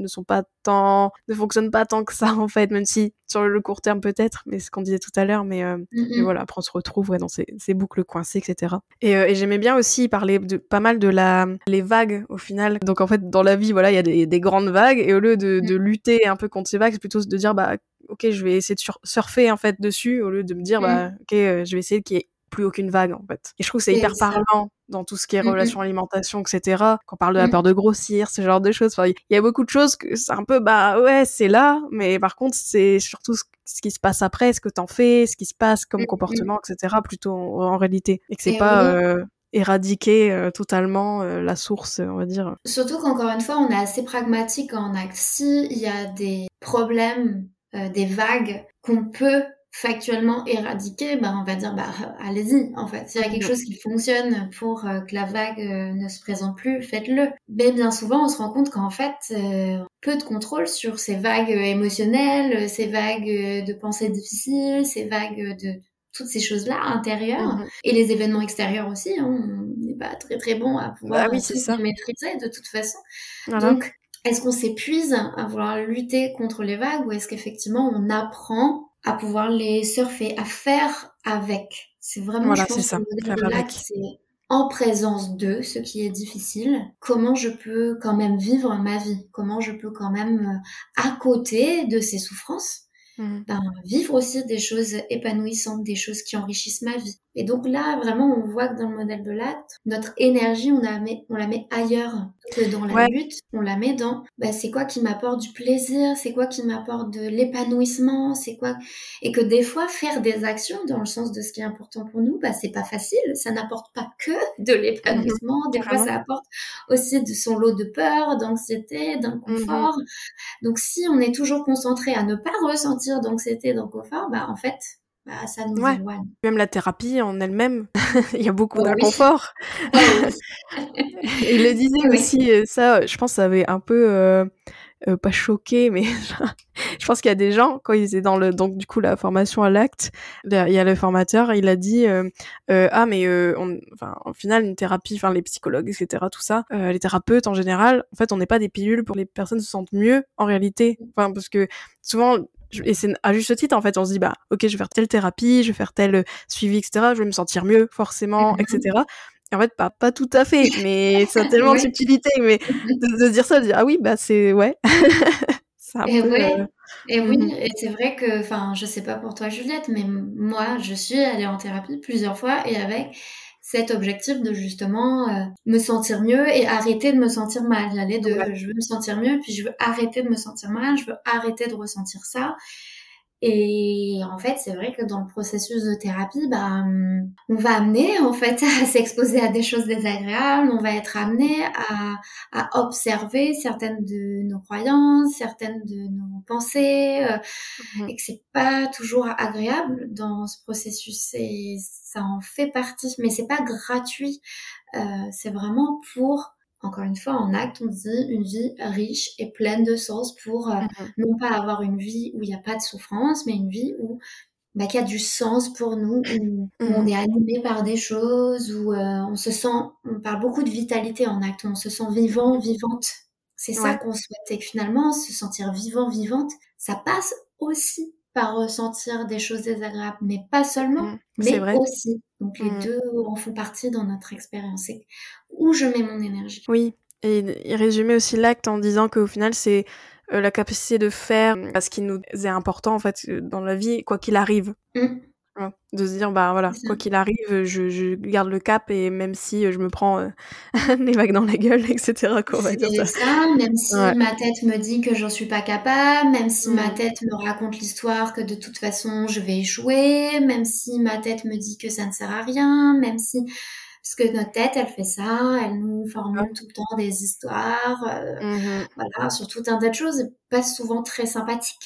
ne fonctionnent pas tant que ça, en fait, même si sur le court terme peut-être, mais c'est ce qu'on disait tout à l'heure, mais voilà, après on se retrouve dans ces boucles coincées, etc. Et j'aimais bien aussi parler pas mal de les vagues au final. Donc en fait, dans la vie, voilà, il y a des grandes vagues, et au lieu de lutter un peu contre ces vagues, c'est plutôt de dire, bah, ok, je vais essayer de surfer en fait dessus, au lieu de me dire, bah, ok, je vais essayer qu'il y ait plus aucune vague, en fait. Et je trouve que c'est hyper
Exact.
parlant dans tout ce qui est relations alimentation, etc. Quand on parle de la
Mm.
peur de grossir, ce genre de choses. Enfin, il y a beaucoup de choses que c'est un peu, bah ouais, c'est là, mais par contre, c'est surtout ce qui se passe après, ce que t'en fais, ce qui se passe comme
Mm.
comportement, etc. plutôt en réalité. Et que c'est
Et
pas
oui.
éradiquer totalement la source, on va dire.
Surtout qu'encore une fois, on est assez pragmatique en acte. Si il y a des problèmes, des vagues qu'on peut factuellement éradiquer, on va dire, allez-y, en fait. S'il y a quelque chose qui fonctionne pour que la vague ne se présente plus, faites-le. Mais bien souvent, on se rend compte qu'en fait, peu de contrôle sur ces vagues émotionnelles, ces vagues de pensées difficiles, ces vagues de toutes ces choses-là intérieures, et les événements extérieurs aussi, hein. On n'est pas très très bon à
Bah
pouvoir
oui, c'est
tout
ça.
maîtriser de toute façon.
Voilà.
Donc, est-ce qu'on s'épuise à vouloir lutter contre les vagues, ou est-ce qu'effectivement on apprend à pouvoir les surfer, à faire avec? C'est vraiment, je
Voilà, c'est
pense, que
ça.
le modèle
Faire
de l'acte,
avec.
c'est en présence de ce qui est difficile, comment je peux quand même vivre ma vie, comment je peux quand même, à côté de ces souffrances, vivre aussi des choses épanouissantes, des choses qui enrichissent ma vie. Et donc là, vraiment, on voit que dans le modèle de l'acte, notre énergie, on la met ailleurs que dans la
Ouais.
lutte. On la met dans, c'est quoi qui m'apporte du plaisir, c'est quoi qui m'apporte de l'épanouissement, c'est quoi. Et que des fois, faire des actions dans le sens de ce qui est important pour nous, c'est pas facile. Ça n'apporte pas que de l'épanouissement. Des fois,
Carrément.
ça apporte aussi de son lot de peur, d'anxiété, d'inconfort. Donc, si on est toujours concentré à ne pas ressentir d'anxiété, d'inconfort, en fait, ça nous
Ouais.
éloigne.
Même la thérapie en elle-même, il y a beaucoup
Oh oui,
d'inconfort.
oh oui,
Il le disait
oui.
aussi, ça, je pense, ça avait un peu, pas choqué, mais je pense qu'il y a des gens, quand ils étaient donc du coup, la formation à l'acte, il y a le formateur, il a dit, ah, mais enfin, au final, une thérapie, enfin, les psychologues, etc., tout ça, les thérapeutes, en général, en fait, on n'est pas des pilules pour que les personnes se sentent mieux, en réalité. Enfin, parce que souvent, et c'est à juste titre, en fait, on se dit, bah, ok, je vais faire telle thérapie, je vais faire tel suivi, etc., je vais me sentir mieux, forcément, etc. Et en fait, pas tout à fait, mais ça a tellement de
Oui.
subtilité, mais de se dire ça, de dire, ah oui, bah, c'est, ouais. C'est un
Et
peu,
ouais, et oui,
mmh
et c'est vrai que, enfin, je sais pas pour toi, Juliette, mais moi, je suis allée en thérapie plusieurs fois, et avec cet objectif de justement me sentir mieux et arrêter de me sentir mal. J'allais
ouais.
de, je veux me sentir mieux, puis je veux arrêter de me sentir mal, je veux arrêter de ressentir ça. Et en fait, c'est vrai que dans le processus de thérapie, on va amener en fait à s'exposer à des choses désagréables, on va être amené à observer certaines de nos croyances, certaines de nos pensées,
Mmh.
et que c'est pas toujours agréable dans ce processus. Et ça en fait partie, mais c'est pas gratuit. C'est vraiment pour, encore une fois, en acte, on dit une vie riche et pleine de sens pour
Mmh.
non pas avoir une vie où il n'y a pas de souffrance, mais une vie où qui a du sens pour nous, où on
Mmh.
est animé par des choses, où on se sent, on parle beaucoup de vitalité en acte, on se sent vivant, vivante. C'est ça
Ouais.
qu'on souhaite, et que finalement, se sentir vivant, vivante, ça passe aussi par ressentir des choses désagréables, mais pas seulement,
C'est
mais
vrai.
aussi. Donc les
Mmh.
deux en font partie dans notre expérience. C'est où je mets mon énergie.
Oui, et résumer aussi l'acte en disant qu'au final, c'est, la capacité de faire, ce qui nous est important, en fait, dans la vie, quoi qu'il arrive.
Mmh,
Ouais. De se dire: «Bah, voilà,
c'est ça.
quoi qu'il arrive, je garde le cap et même si, je me prends, des vagues dans la gueule et cetera», quoi, on va dire
C'est
ça.
ça, même si
Ouais.
ma tête me dit que j'en suis pas capable, même si ma
Mmh.
tête me raconte l'histoire que de toute façon je vais échouer, même si ma tête me dit que ça ne sert à rien, même si... Parce que notre tête, elle fait ça, elle nous
Ah.
formule tout le temps des histoires,
Mmh mh.
voilà, sur tout un tas de choses, pas souvent très sympathiques.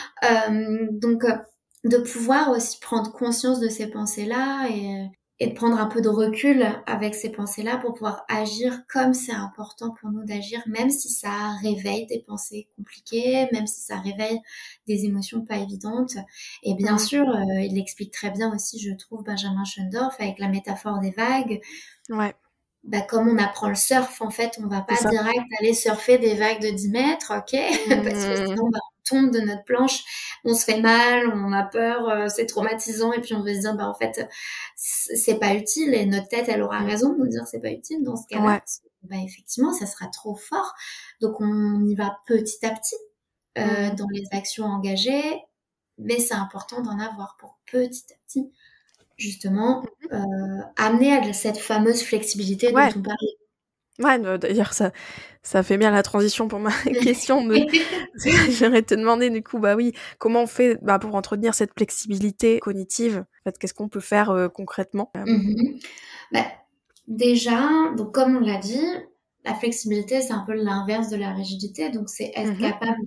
Donc, de pouvoir aussi prendre conscience de ces pensées-là, et de prendre un peu de recul avec ces pensées-là pour pouvoir agir comme c'est important pour nous d'agir, même si ça réveille des pensées compliquées, même si ça réveille des émotions pas évidentes. Et bien
Mmh.
sûr, il l'explique très bien aussi, je trouve, Benjamin Schoendorf, avec la métaphore des vagues.
Ouais,
Comme on apprend le surf, en fait, on va
c'est
pas
ça.
direct aller surfer des vagues de 10 mètres, ok? Parce que
Mmh.
sinon, on tombe de notre planche, on se fait mal, on a peur, c'est traumatisant, et puis on va se dire, en fait, c'est pas utile, et notre tête, elle aura
Mmh.
raison de nous dire c'est pas utile dans ce cas-là,
Ouais.
parce que, effectivement, ça sera trop fort. Donc, on y va petit à petit,
Mmh.
dans les actions engagées, mais c'est important d'en avoir pour petit à petit, justement, amener à cette fameuse flexibilité dont
Ouais.
on parlait.
Ouais, d'ailleurs ça fait bien la transition pour ma question de j'aimerais te demander du coup, bah, oui, comment on fait, bah, pour entretenir cette flexibilité cognitive? En fait, qu'est-ce qu'on peut faire, concrètement?
Mmh. Bah, déjà, donc comme on l'a dit, la flexibilité, c'est un peu l'inverse de la rigidité, donc c'est être
Mmh.
capable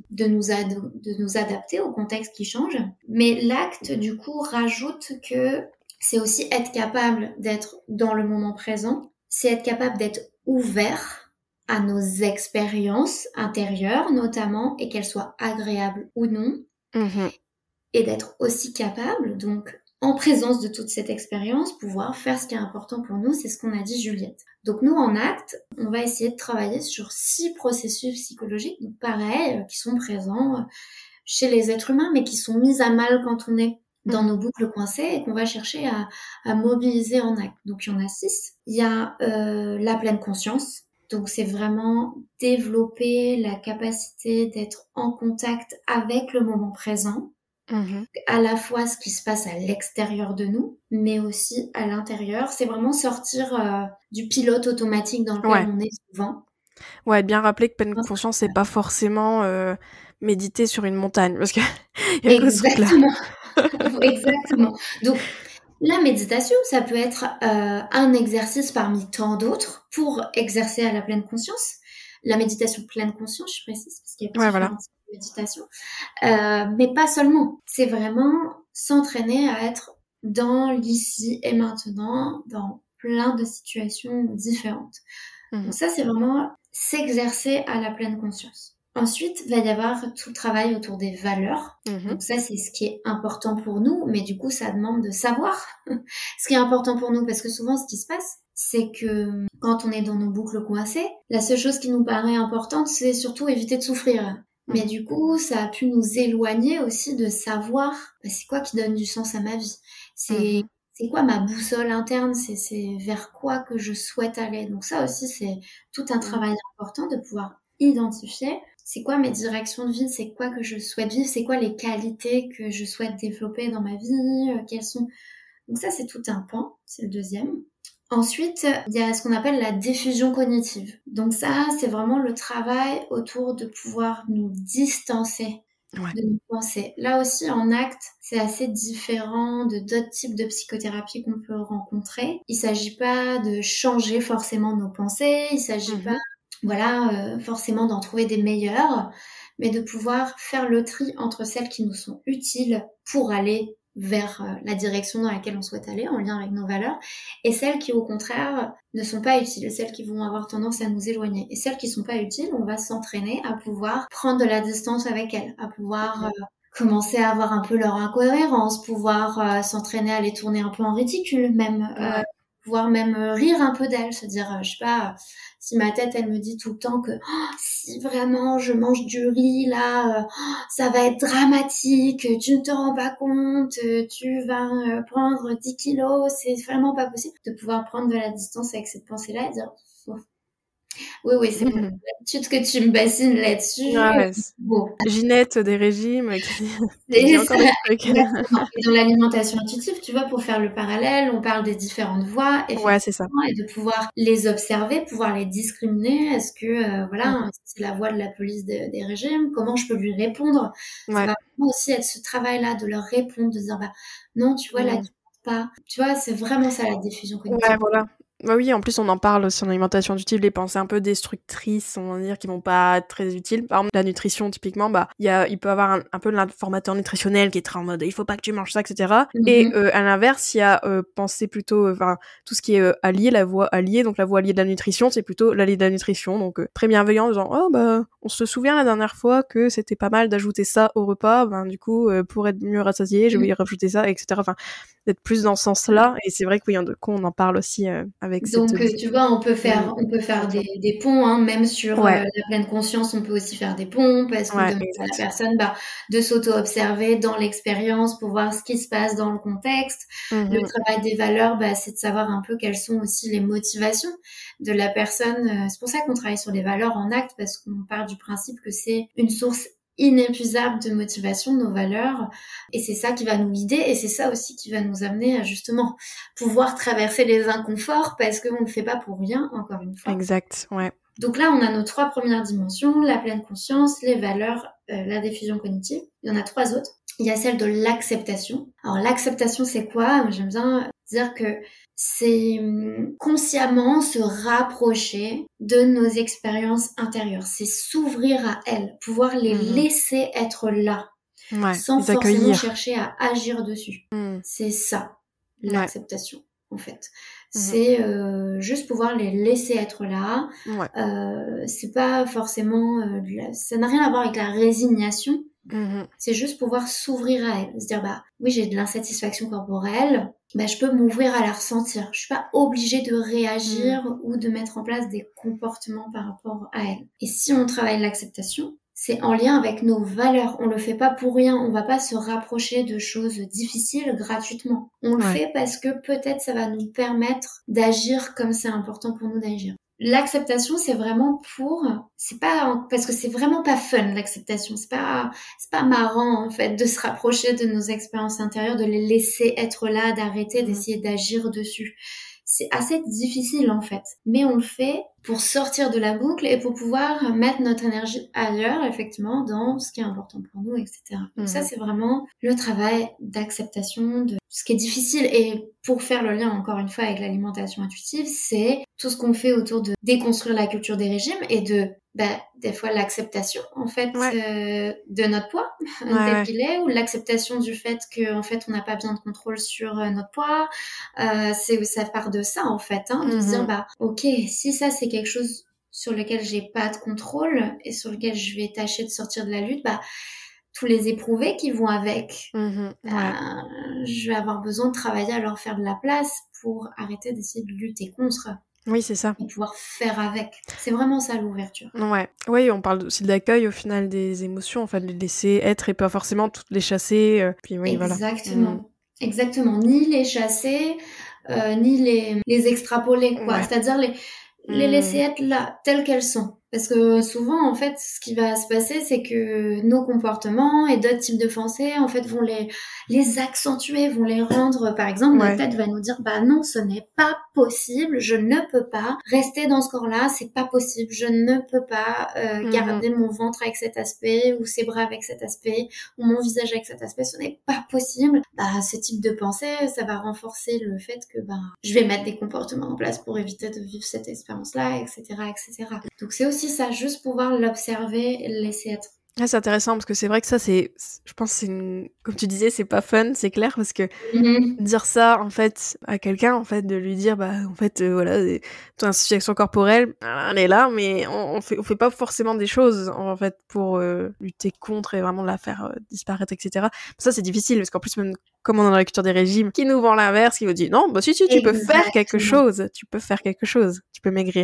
de nous adapter au contexte qui change. Mais l'acte, du coup, rajoute que c'est aussi être capable d'être dans le moment présent, c'est être capable d'être ouvert à nos expériences intérieures notamment, et qu'elles soient agréables ou non,
Mmh.
et d'être aussi capable, donc en présence de toute cette expérience, pouvoir faire ce qui est important pour nous, c'est ce qu'on a dit Juliette. Donc nous, en acte, on va essayer de travailler sur 6 processus psychologiques, donc pareil, qui sont présents chez les êtres humains, mais qui sont mis à mal quand on est dans
Mmh.
nos boucles coincées, et qu'on va chercher à mobiliser en acte. Donc il y en a 6. Il y a la pleine conscience. Donc c'est vraiment développer la capacité d'être en contact avec le moment présent,
Mmh.
à la fois ce qui se passe à l'extérieur de nous, mais aussi à l'intérieur. C'est vraiment sortir du pilote automatique dans lequel
Ouais.
on est souvent.
Ouais, bien rappeler que pleine
Non, ça-
conscience, c'est pas forcément, méditer sur une montagne parce que il y a que ce truc-là.
Exactement, exactement. Donc, la méditation, ça peut être un exercice parmi tant d'autres pour exercer à la pleine conscience. La méditation pleine conscience, je précise, parce qu'il y a
Ouais, voilà.
différents types de méditation. Mais pas seulement. C'est vraiment s'entraîner à être dans l'ici et maintenant, dans plein de situations différentes. Donc
Mmh.
ça, c'est vraiment s'exercer à la pleine conscience. Ensuite, il va y avoir tout le travail autour des valeurs.
Mmh.
Donc ça, c'est ce qui est important pour nous, mais du coup, ça demande de savoir ce qui est important pour nous, parce que souvent, ce qui se passe, c'est que quand on est dans nos boucles coincées, la seule chose qui nous paraît importante, c'est surtout éviter de souffrir. Mais
Mmh.
du coup, ça a pu nous éloigner aussi de savoir c'est quoi qui donne du sens à ma vie. C'est
Mmh.
c'est quoi ma boussole interne, c'est vers quoi que je souhaite aller. Donc ça aussi, c'est tout un
Mmh.
travail important de pouvoir identifier c'est quoi mes directions de vie, c'est quoi que je souhaite vivre, c'est quoi les qualités que je souhaite développer dans ma vie, quelles sont... Donc ça, c'est tout un pan, c'est le deuxième. Ensuite, il y a ce qu'on appelle la diffusion cognitive. Donc ça, c'est vraiment le travail autour de pouvoir nous distancer
Ouais.
de nos pensées. Là aussi, en acte, c'est assez différent de d'autres types de psychothérapie qu'on peut rencontrer. Il s'agit pas de changer forcément nos pensées, il s'agit pas,
Mmh.
voilà, forcément d'en trouver des meilleures, mais de pouvoir faire le tri entre celles qui nous sont utiles pour aller vers la direction dans laquelle on souhaite aller, en lien avec nos valeurs, et celles qui, au contraire, ne sont pas utiles, celles qui vont avoir tendance à nous éloigner. Et celles qui sont pas utiles, on va s'entraîner à pouvoir prendre de la distance avec elles, à pouvoir
Mmh.
commencer à avoir un peu leur incohérence, pouvoir s'entraîner à les tourner un peu en ridicule, même
Ouais.
pouvoir même rire un peu d'elles, se dire, je sais pas, si ma tête elle me dit tout le temps que si vraiment je mange du riz là, ça va être dramatique, tu ne te rends pas compte, tu vas prendre 10 kilos, c'est vraiment pas possible, de pouvoir prendre de la distance avec cette pensée-là et dire oui, oui, c'est mon habitude que tu me bassines là-dessus.
Ouais,
Bon,
Ginette des régimes qui dit
c'est
encore
ça,
des trucs.
exactement. Et dans l'alimentation intuitive, tu vois, pour faire le parallèle, on parle des différentes voies,
Ouais, c'est ça.
effectivement, et de pouvoir les observer, pouvoir les discriminer. Est-ce que, voilà,
Mmh.
c'est la voie de la police des régimes? Comment je peux lui répondre? Ça
Ouais.
va vraiment aussi être ce travail-là de leur répondre, de dire, bah, non, tu vois, là,
Mmh.
tu penses pas. Tu vois, c'est vraiment ça, la diffusion
Ouais,
cognitive.
voilà. Bah, oui, en plus, on en parle aussi en alimentation intuitive, les pensées un peu destructrices, on va dire, qui vont pas être très utiles. Par exemple, la nutrition, typiquement, bah, il peut avoir un peu l'informateur nutritionnel qui est très en mode: «Il faut pas que tu manges ça», et cetera. Et
Mhm.
à l'inverse, il y a, pensée plutôt, enfin, tout ce qui est, allié, la voie alliée, donc la voie alliée de la nutrition, c'est plutôt l'allié de la nutrition, donc très bienveillant, en disant: «Oh bah, on se souvient la dernière fois que c'était pas mal d'ajouter ça au repas, ben, du coup, pour être mieux rassasié, je vais y rajouter ça», et cetera. Enfin, d'être plus dans ce sens-là. Et c'est vrai que oui, du coup, on en parle aussi avec cette
Donc, tu vois, on peut faire
distinction.
des ponts, hein, même sur
Ouais,
la pleine conscience, on peut aussi faire des ponts parce qu'on
ouais,
demande à la
exact.
personne bah, de s'auto-observer dans l'expérience pour voir ce qui se passe dans le contexte. Le
Mhm.
travail des valeurs, bah, c'est de savoir un peu quelles sont aussi les motivations de la personne. C'est pour ça qu'on travaille sur les valeurs en acte parce qu'on part du principe que c'est une source inépuisable de motivation, nos valeurs, et c'est ça qui va nous guider et c'est ça aussi qui va nous amener à justement pouvoir traverser les inconforts parce qu'on ne le fait pas pour rien, encore une fois.
Exact, ouais.
Donc là, on a nos 3 premières dimensions, la pleine conscience, les valeurs, la diffusion cognitive. Il y en a 3 autres. Il y a celle de l'acceptation. Alors l'acceptation, c'est quoi? Moi, j'aime bien dire que c'est consciemment se rapprocher de nos expériences intérieures. C'est s'ouvrir à elles, pouvoir les
Mhm.
laisser être là,
Ouais,
sans
les
forcément
accueillir.
chercher à agir dessus.
Mm.
C'est ça,
Ouais.
l'acceptation, en fait.
Mhm.
C'est juste pouvoir les laisser être là.
Ouais.
C'est pas forcément ça n'a rien à voir avec la résignation.
Mhm.
C'est juste pouvoir s'ouvrir à elle, se dire bah oui j'ai de l'insatisfaction corporelle, bah je peux m'ouvrir à la ressentir. Je suis pas obligée de
Mm.
réagir ou de mettre en place des comportements par rapport à elle. Et si on travaille l'acceptation, c'est en lien avec nos valeurs. On le fait pas pour rien. On va pas se rapprocher de choses difficiles gratuitement. On le
Ouais.
fait parce que peut-être ça va nous permettre d'agir comme c'est important pour nous d'agir. L'acceptation, c'est vraiment c'est pas, parce que c'est vraiment pas fun, l'acceptation. C'est pas marrant, en fait, de se rapprocher de nos expériences intérieures, de les laisser être là, d'arrêter
Mhm.
d'essayer d'agir dessus. C'est assez difficile, en fait. Mais on le fait pour sortir de la boucle et pour pouvoir mettre notre énergie ailleurs, effectivement, dans ce qui est important pour nous, etc. Donc ça,
Mhm.
c'est vraiment le travail d'acceptation de ce qui est difficile. Et pour faire le lien, encore une fois, avec l'alimentation intuitive, c'est tout ce qu'on fait autour de déconstruire la culture des régimes et de des fois l'acceptation en fait
Ouais.
de notre poids
Ouais,
tel
ouais.
qu'il est, ou l'acceptation du fait que en fait on n'a pas besoin de contrôle sur notre poids. Ça part de ça en fait, hein, de se dire
Mhm.
bah ok, si ça c'est quelque chose sur lequel j'ai pas de contrôle et sur lequel je vais tâcher de sortir de la lutte, bah tous les éprouvés qui vont avec,
Mhm. Ouais.
je vais avoir besoin de travailler à leur faire de la place pour arrêter d'essayer de lutter contre
Oui, c'est ça.
et pouvoir faire avec. C'est vraiment ça l'ouverture.
Ouais. Oui, on parle aussi de l'accueil au final des émotions, enfin de les laisser être et pas forcément toutes les chasser. Puis oui, voilà. Mm.
Exactement. Exactement. Ni les chasser, ni les extrapoler, quoi.
Ouais.
C'est-à-dire les laisser
Mm.
être là, telles qu'elles sont. Parce que souvent, en fait, ce qui va se passer, c'est que nos comportements et d'autres types de pensées, en fait, vont les accentuer, vont les rendre, par exemple, notre
Ouais.
tête va nous dire, bah non, ce n'est pas possible, je ne peux pas rester dans ce corps-là, c'est pas possible, je ne peux pas
Mhm.
garder mon ventre avec cet aspect, ou ses bras avec cet aspect, ou mon visage avec cet aspect, ce n'est pas possible. Bah, ce type de pensée, ça va renforcer le fait que, bah, je vais mettre des comportements en place pour éviter de vivre cette expérience-là, etc., etc. Donc c'est aussi ça, juste pouvoir l'observer et le laisser être.
Ah, c'est intéressant parce que c'est vrai que ça, je pense, comme tu disais, c'est pas fun, c'est clair, parce que
Mhm.
dire ça, en fait, à quelqu'un, en fait, de lui dire, bah, en fait, voilà, ton association corporelle, elle est là, mais on fait pas forcément des choses, en fait, pour lutter contre et vraiment la faire disparaître, etc. Ça, c'est difficile, parce qu'en plus, même comme on est dans la culture des régimes, qui nous vend l'inverse, qui nous dit, non, bah si, tu peux faire quelque
Exactement.
chose, tu peux maigrir.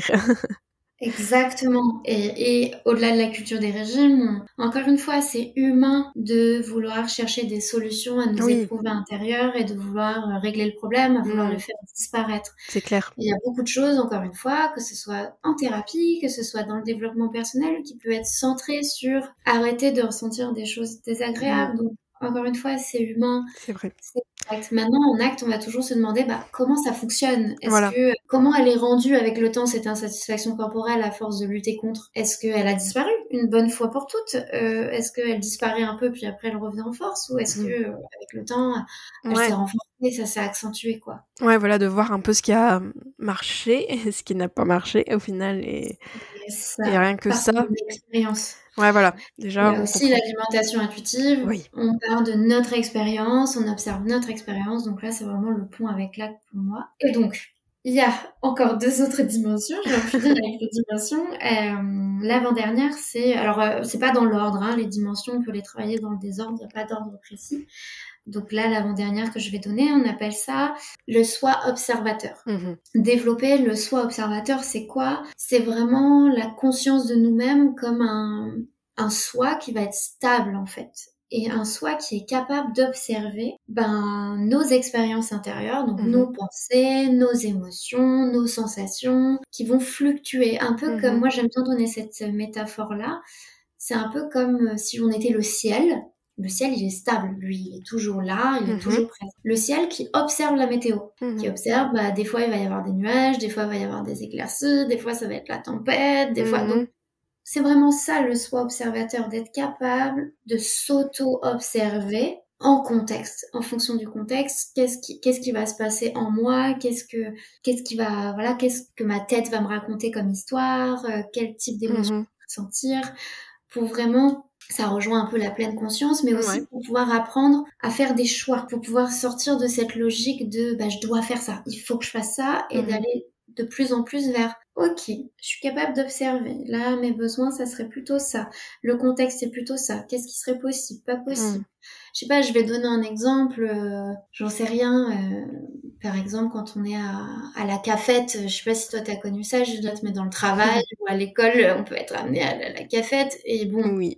Exactement. Et au-delà de la culture des régimes, encore une fois, c'est humain de vouloir chercher des solutions à nos
Oui,
éprouves intérieures et de vouloir régler le problème, à vouloir le
mm,
faire disparaître.
c'est clair.
Il y a beaucoup de choses, encore une fois, que ce soit en thérapie, que ce soit dans le développement personnel, qui peut être centré sur arrêter de ressentir des choses
Mm,
désagréables. Donc, encore une fois, c'est humain.
c'est vrai.
C'est acte. Maintenant, en acte, on va toujours se demander bah, comment ça fonctionne.
Voilà.
Comment elle est rendue avec le temps cette insatisfaction corporelle à force de lutter contre. Est-ce qu'elle a disparu une bonne fois pour toutes Est-ce qu'elle disparaît un peu puis après elle revient en force ou est-ce que
Mm.
avec le temps elle s'est
Ouais.
renforcée, ça s'est accentué quoi.
Ouais, voilà, de voir un peu ce qui a marché et ce qui n'a pas marché au final,
Et
et
ça
rien que
part
ça.
d'une expérience.
Ouais, voilà.
Il
Déjà,
y a
on
aussi
comprend.
l'alimentation intuitive.
Oui.
On part de notre expérience, on observe notre expérience. Donc là, c'est vraiment le pont avec l'acte pour moi. Et donc, il y a encore deux autres dimensions. Je vais en finir avec les dimensions. L'avant-dernière, c'est pas dans l'ordre. Hein, les dimensions, on peut les travailler dans le désordre. Il n'y a pas d'ordre précis. Donc là, l'avant-dernière que je vais donner, on appelle ça le soi observateur.
Mhm.
Développer le soi observateur, c'est quoi? C'est vraiment la conscience de nous-mêmes comme un soi qui va être stable en fait. Et un soi qui est capable d'observer nos expériences intérieures, donc
Mhm.
nos pensées, nos émotions, nos sensations, qui vont fluctuer. Un peu comme,
Mhm.
moi j'aime bien donner cette métaphore-là, c'est un peu comme si on était le ciel. Le ciel, il est stable, lui, il est toujours là, il est
Mhm.
toujours présent. Le ciel qui observe la météo, qui
Mhm.
observe, des fois il va y avoir des nuages, des fois il va y avoir des éclaircies, des fois ça va être la tempête, des fois... Donc
Mhm.
c'est vraiment ça le soi observateur, d'être capable de s'auto-observer en contexte, en fonction du contexte, qu'est-ce qui va se passer en moi, qu'est-ce que ma tête va me raconter comme histoire, quel type d'émotion
Mhm.
je vais ressentir, pour vraiment, ça rejoint un peu la pleine conscience, mais
Ouais.
aussi pour pouvoir apprendre à faire des choix, pour pouvoir sortir de cette logique de je dois faire ça, il faut que je fasse ça, et
Mhm.
d'aller de plus en plus vers ok, je suis capable d'observer. Là, mes besoins, ça serait plutôt ça. Le contexte, c'est plutôt ça. Qu'est-ce qui serait possible? Pas
Mhm.
possible. Je sais pas, je vais donner un exemple. J'en sais rien. Par exemple, quand on est à la cafette, je sais pas si toi t'as connu ça, Juliette, mais dans le travail ou à l'école, on peut être amené à la cafette. Et bon,
Oui.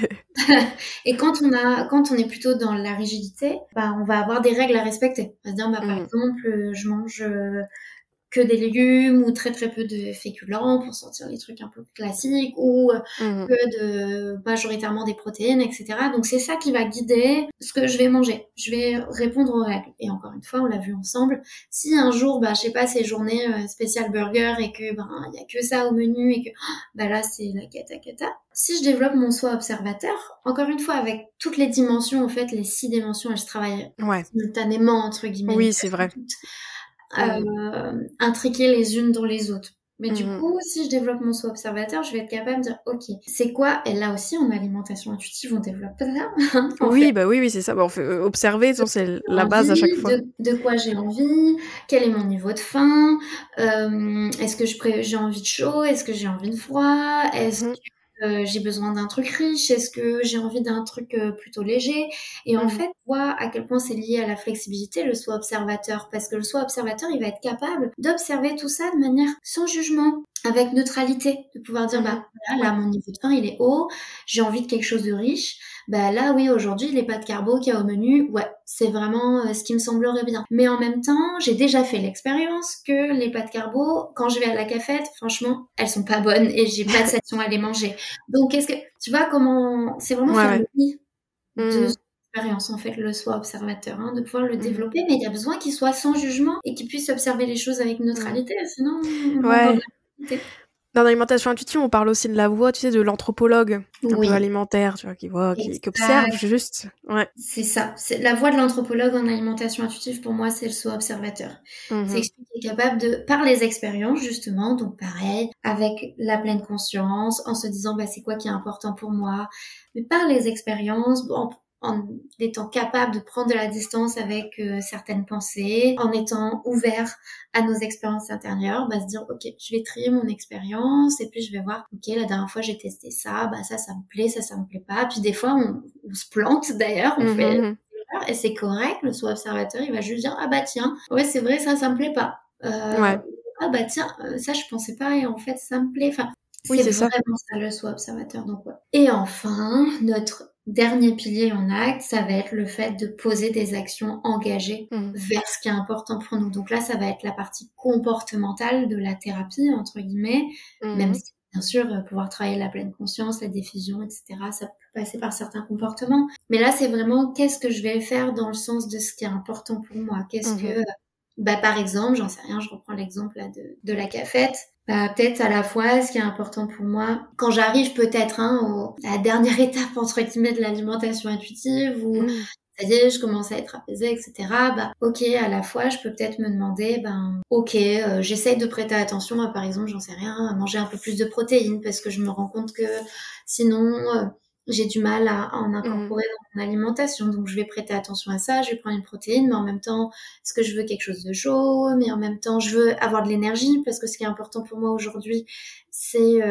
et quand on est plutôt dans la rigidité, on va avoir des règles à respecter. On va se dire, par
Mhm.
exemple, je mange que des légumes ou très très peu de féculents pour sortir les trucs un peu classiques ou
Mhm.
que de majoritairement des protéines, etc. Donc c'est ça qui va guider ce que je vais manger. Je vais répondre aux règles. Et encore une fois, on l'a vu ensemble. Si un jour, je sais pas, c'est journée spéciale burger et que il y a que ça au menu et que là c'est la cata. Si je développe mon soi observateur, encore une fois avec toutes les dimensions, en fait les 6 dimensions, elles se travaillent
Ouais.
simultanément entre guillemets.
Oui,
Donc
c'est
elles sont
vrai.
toutes
Mhm.
intriquées les unes dans les autres. Mais du
Mhm.
coup, si je développe mon soi observateur, je vais être capable de dire, ok, c'est quoi? Et là aussi, en alimentation intuitive, on développe ça, en fait.
Oui, bah oui, oui, c'est ça. Bah, on fait, observer, de toute façon, c'est
J'ai
la base à chaque
envie,
fois.
de quoi j'ai envie, quel est mon niveau de faim, est-ce que j'ai envie de chaud, est-ce que j'ai envie de froid, est-ce
Mhm.
que j'ai besoin d'un truc riche, est-ce que j'ai envie d'un truc plutôt léger. Et en
Mhm.
fait, vois à quel point c'est lié à la flexibilité, le soi observateur, parce que le soi observateur, il va être capable d'observer tout ça de manière sans jugement, avec neutralité, de pouvoir dire,
Mhm.
voilà, là,
Ouais.
mon niveau de faim, il est haut, j'ai envie de quelque chose de riche. bah là oui, aujourd'hui les pâtes carbo qu'il y a au menu, ouais, c'est vraiment ce qui me semblerait bien. Mais en même temps, j'ai déjà fait l'expérience que les pâtes carbo, quand je vais à la cafette, franchement, elles sont pas bonnes et j'ai pas de satisfaction à les manger. Donc qu'est-ce que tu vois comment c'est vraiment
Ouais,
faire
ouais.
le lit de
Mmh.
son expérience en fait, le soi observateur, hein, de pouvoir le
Mmh.
développer, mais il y a besoin qu'il soit sans jugement et qu'il puisse observer les choses avec
Mmh.
neutralité, sinon on rentre dans de
Ouais.
la facilité.
Dans l'alimentation intuitive, on parle aussi de la voix, tu sais, de l'anthropologue, un peu
Oui,
alimentaire, tu vois, qui voit, qui observe
exact.
juste. Ouais.
C'est ça. C'est la voie de l'anthropologue en alimentation intuitive, pour moi, c'est le soi observateur. C'est
Mmh.
celui qui est capable de, par les expériences, justement, donc pareil, avec la pleine conscience, en se disant, bah, c'est quoi qui est important pour moi, mais par les expériences, en étant capable de prendre de la distance avec certaines pensées, en étant ouvert à nos expériences intérieures, bah, se dire, ok, je vais trier mon expérience et puis je vais voir, ok, la dernière fois j'ai testé ça, bah ça me plaît, ça me plaît pas. Puis des fois on se plante d'ailleurs, on
Mmh
fait
mh.
et c'est correct. Le soi observateur, il va juste dire, ah bah tiens, ouais c'est vrai, ça me plaît pas.
Ouais.
Ah bah tiens, ça je pensais pas et en fait ça me plaît. Enfin,
Oui,
c'est
c'est ça.
vraiment ça le soi observateur. Donc ouais. Et enfin, notre dernier pilier en acte, ça va être le fait de poser des actions engagées
Mmh.
vers ce qui est important pour nous. Donc là, ça va être la partie comportementale de la thérapie, entre guillemets, même
Mmh.
si, bien sûr, pouvoir travailler la pleine conscience, la diffusion, etc., ça peut passer par certains comportements. Mais là, c'est vraiment qu'est-ce que je vais faire dans le sens de ce qui est important pour moi. Qu'est-ce
Mmh.
que, bah, par exemple, j'en sais rien, je reprends l'exemple là de la cafette. Bah, peut-être à la fois, ce qui est important pour moi, quand j'arrive peut-être à la dernière étape, entre guillemets, de l'alimentation intuitive, où
Mmh.
ça y est, je commence à être apaisée, etc. Bah, ok, à la fois, je peux peut-être me demander, ben, ok, j'essaye de prêter attention à, par exemple, j'en sais rien, à manger un peu plus de protéines, parce que je me rends compte que sinon, j'ai du mal à en
Mmh.
incorporer dans mon alimentation. Donc, je vais prêter attention à ça, je vais prendre une protéine, mais en même temps, est-ce que je veux quelque chose de chaud, mais en même temps, je veux avoir de l'énergie, parce que ce qui est important pour moi aujourd'hui, c'est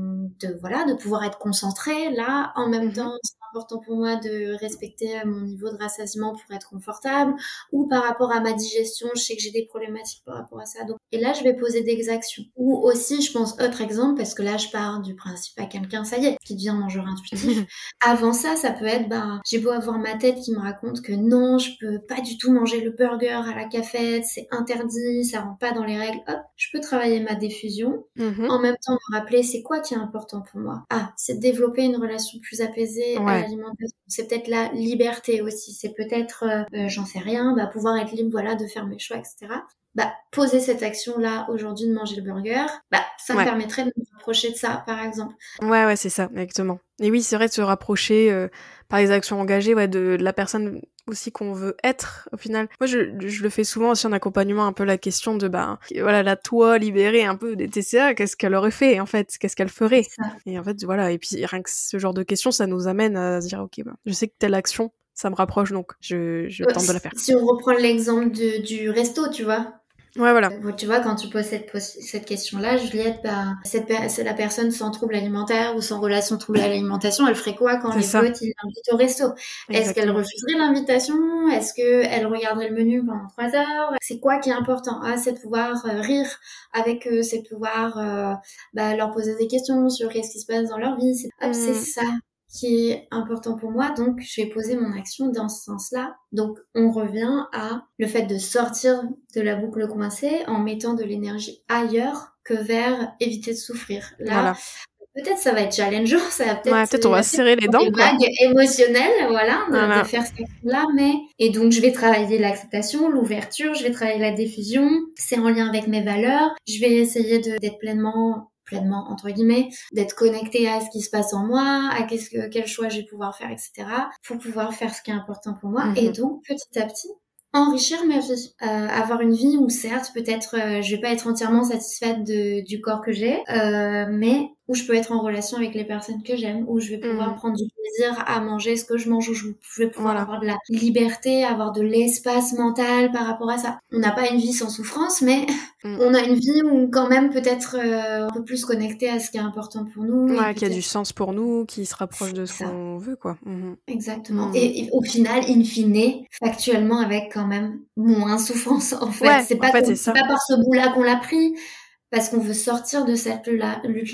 de pouvoir être concentrée. Là, en même
Mmh.
temps, c'est important pour moi de respecter mon niveau de rassasiement pour être confortable, ou par rapport à ma digestion, je sais que j'ai des problématiques par rapport à ça. Donc, et là, je vais poser des exactions. Ou aussi, je pense, autre exemple, parce que là, je pars du principe à quelqu'un, ça y est, qui devient mangeur intuitif. Avant ça, ça peut être, ben, j'ai beau avoir ma tête qui me raconte que non, je peux pas du tout manger le burger à la cafette, c'est interdit, ça rentre pas dans les règles. Hop, je peux travailler ma diffusion.
Mmh.
En même temps, me rappeler c'est quoi qui est important pour moi. Ah, c'est de développer une relation plus apaisée à
Ouais.
l'alimentation. C'est peut-être la liberté aussi. C'est peut-être, j'en sais rien, bah, pouvoir être libre, voilà, de faire mes choix, etc. Bah, poser cette action-là aujourd'hui de manger le burger, bah, ça me
Ouais.
permettrait de me rapprocher de ça, par exemple.
Ouais, ouais, c'est ça, exactement. Et oui, c'est vrai de se rapprocher, par les actions engagées, ouais, de la personne aussi qu'on veut être, au final. Moi, je le fais souvent aussi en accompagnement, un peu la question de, bah, voilà, la toi libérée un peu des TCA, qu'est-ce qu'elle aurait fait, en fait? Qu'est-ce qu'elle
C'est
ferait?
ça.
Et en fait, voilà, et puis rien que ce genre de questions, ça nous amène à se dire: «OK, bah, je sais que telle action, ça me rapproche, donc je tente de la faire».
Si on reprend l'exemple du resto, tu vois.
Ouais, voilà.
Tu vois, quand tu poses cette question-là, Juliette, bah, c'est la personne sans trouble alimentaire ou sans relation trouble à l'alimentation, elle ferait quoi quand
C'est
les
ça,
potes, ils l'invitent au resto? Est-ce qu'elle
exactement.
refuserait l'invitation? Est-ce qu'elle regarderait le menu pendant 3 heures? C'est quoi qui est important? Ah, c'est de pouvoir rire avec eux, c'est de pouvoir bah, leur poser des questions sur qu'est-ce qui se passe dans leur vie. Hop, c'est
Mmh.
ça qui est important pour moi, donc je vais poser mon action dans ce sens-là. Donc on revient à le fait de sortir de la boucle coincée en mettant de l'énergie ailleurs que vers éviter de souffrir. Là,
Voilà.
peut-être ça va être challengeant, ça va
Ouais,
peut-être,
peut-être on
il
va
va
se
peut-être
serrer les
avoir
dents,
des
quoi.
vagues émotionnelles, voilà, de
Voilà.
faire cette action-là, mais et donc je vais travailler l'acceptation, l'ouverture, je vais travailler la diffusion, c'est en lien avec mes valeurs, je vais essayer d'être pleinement entre guillemets, d'être connectée à ce qui se passe en moi, à quel choix je vais pouvoir faire, etc. pour pouvoir faire ce qui est important pour moi et
Mmh.
donc petit à petit enrichir ma vie, avoir une vie où certes peut-être je vais pas être entièrement satisfaite du corps que j'ai, mais où je peux être en relation avec les personnes que j'aime, où je vais pouvoir
Mmh.
prendre du plaisir à manger ce que je mange, où je vais pouvoir
Voilà.
avoir de la liberté, avoir de l'espace mental par rapport à ça. On n'a pas une vie sans souffrance, mais
Mmh.
on a une vie où quand même peut-être un peu plus connecté à ce qui est important pour nous et
Ouais, qui a du
peut-être
sens pour nous, qui se rapproche
c'est
de ce
ça.
qu'on veut, quoi. Mmh.
Exactement.
Mmh.
Et au final, in fine, factuellement, avec quand même moins souffrance, en fait.
Ouais, en fait, c'est
C'est
ça.
pas par ce bout-là qu'on l'a pris, parce qu'on veut sortir de cette lutte-là.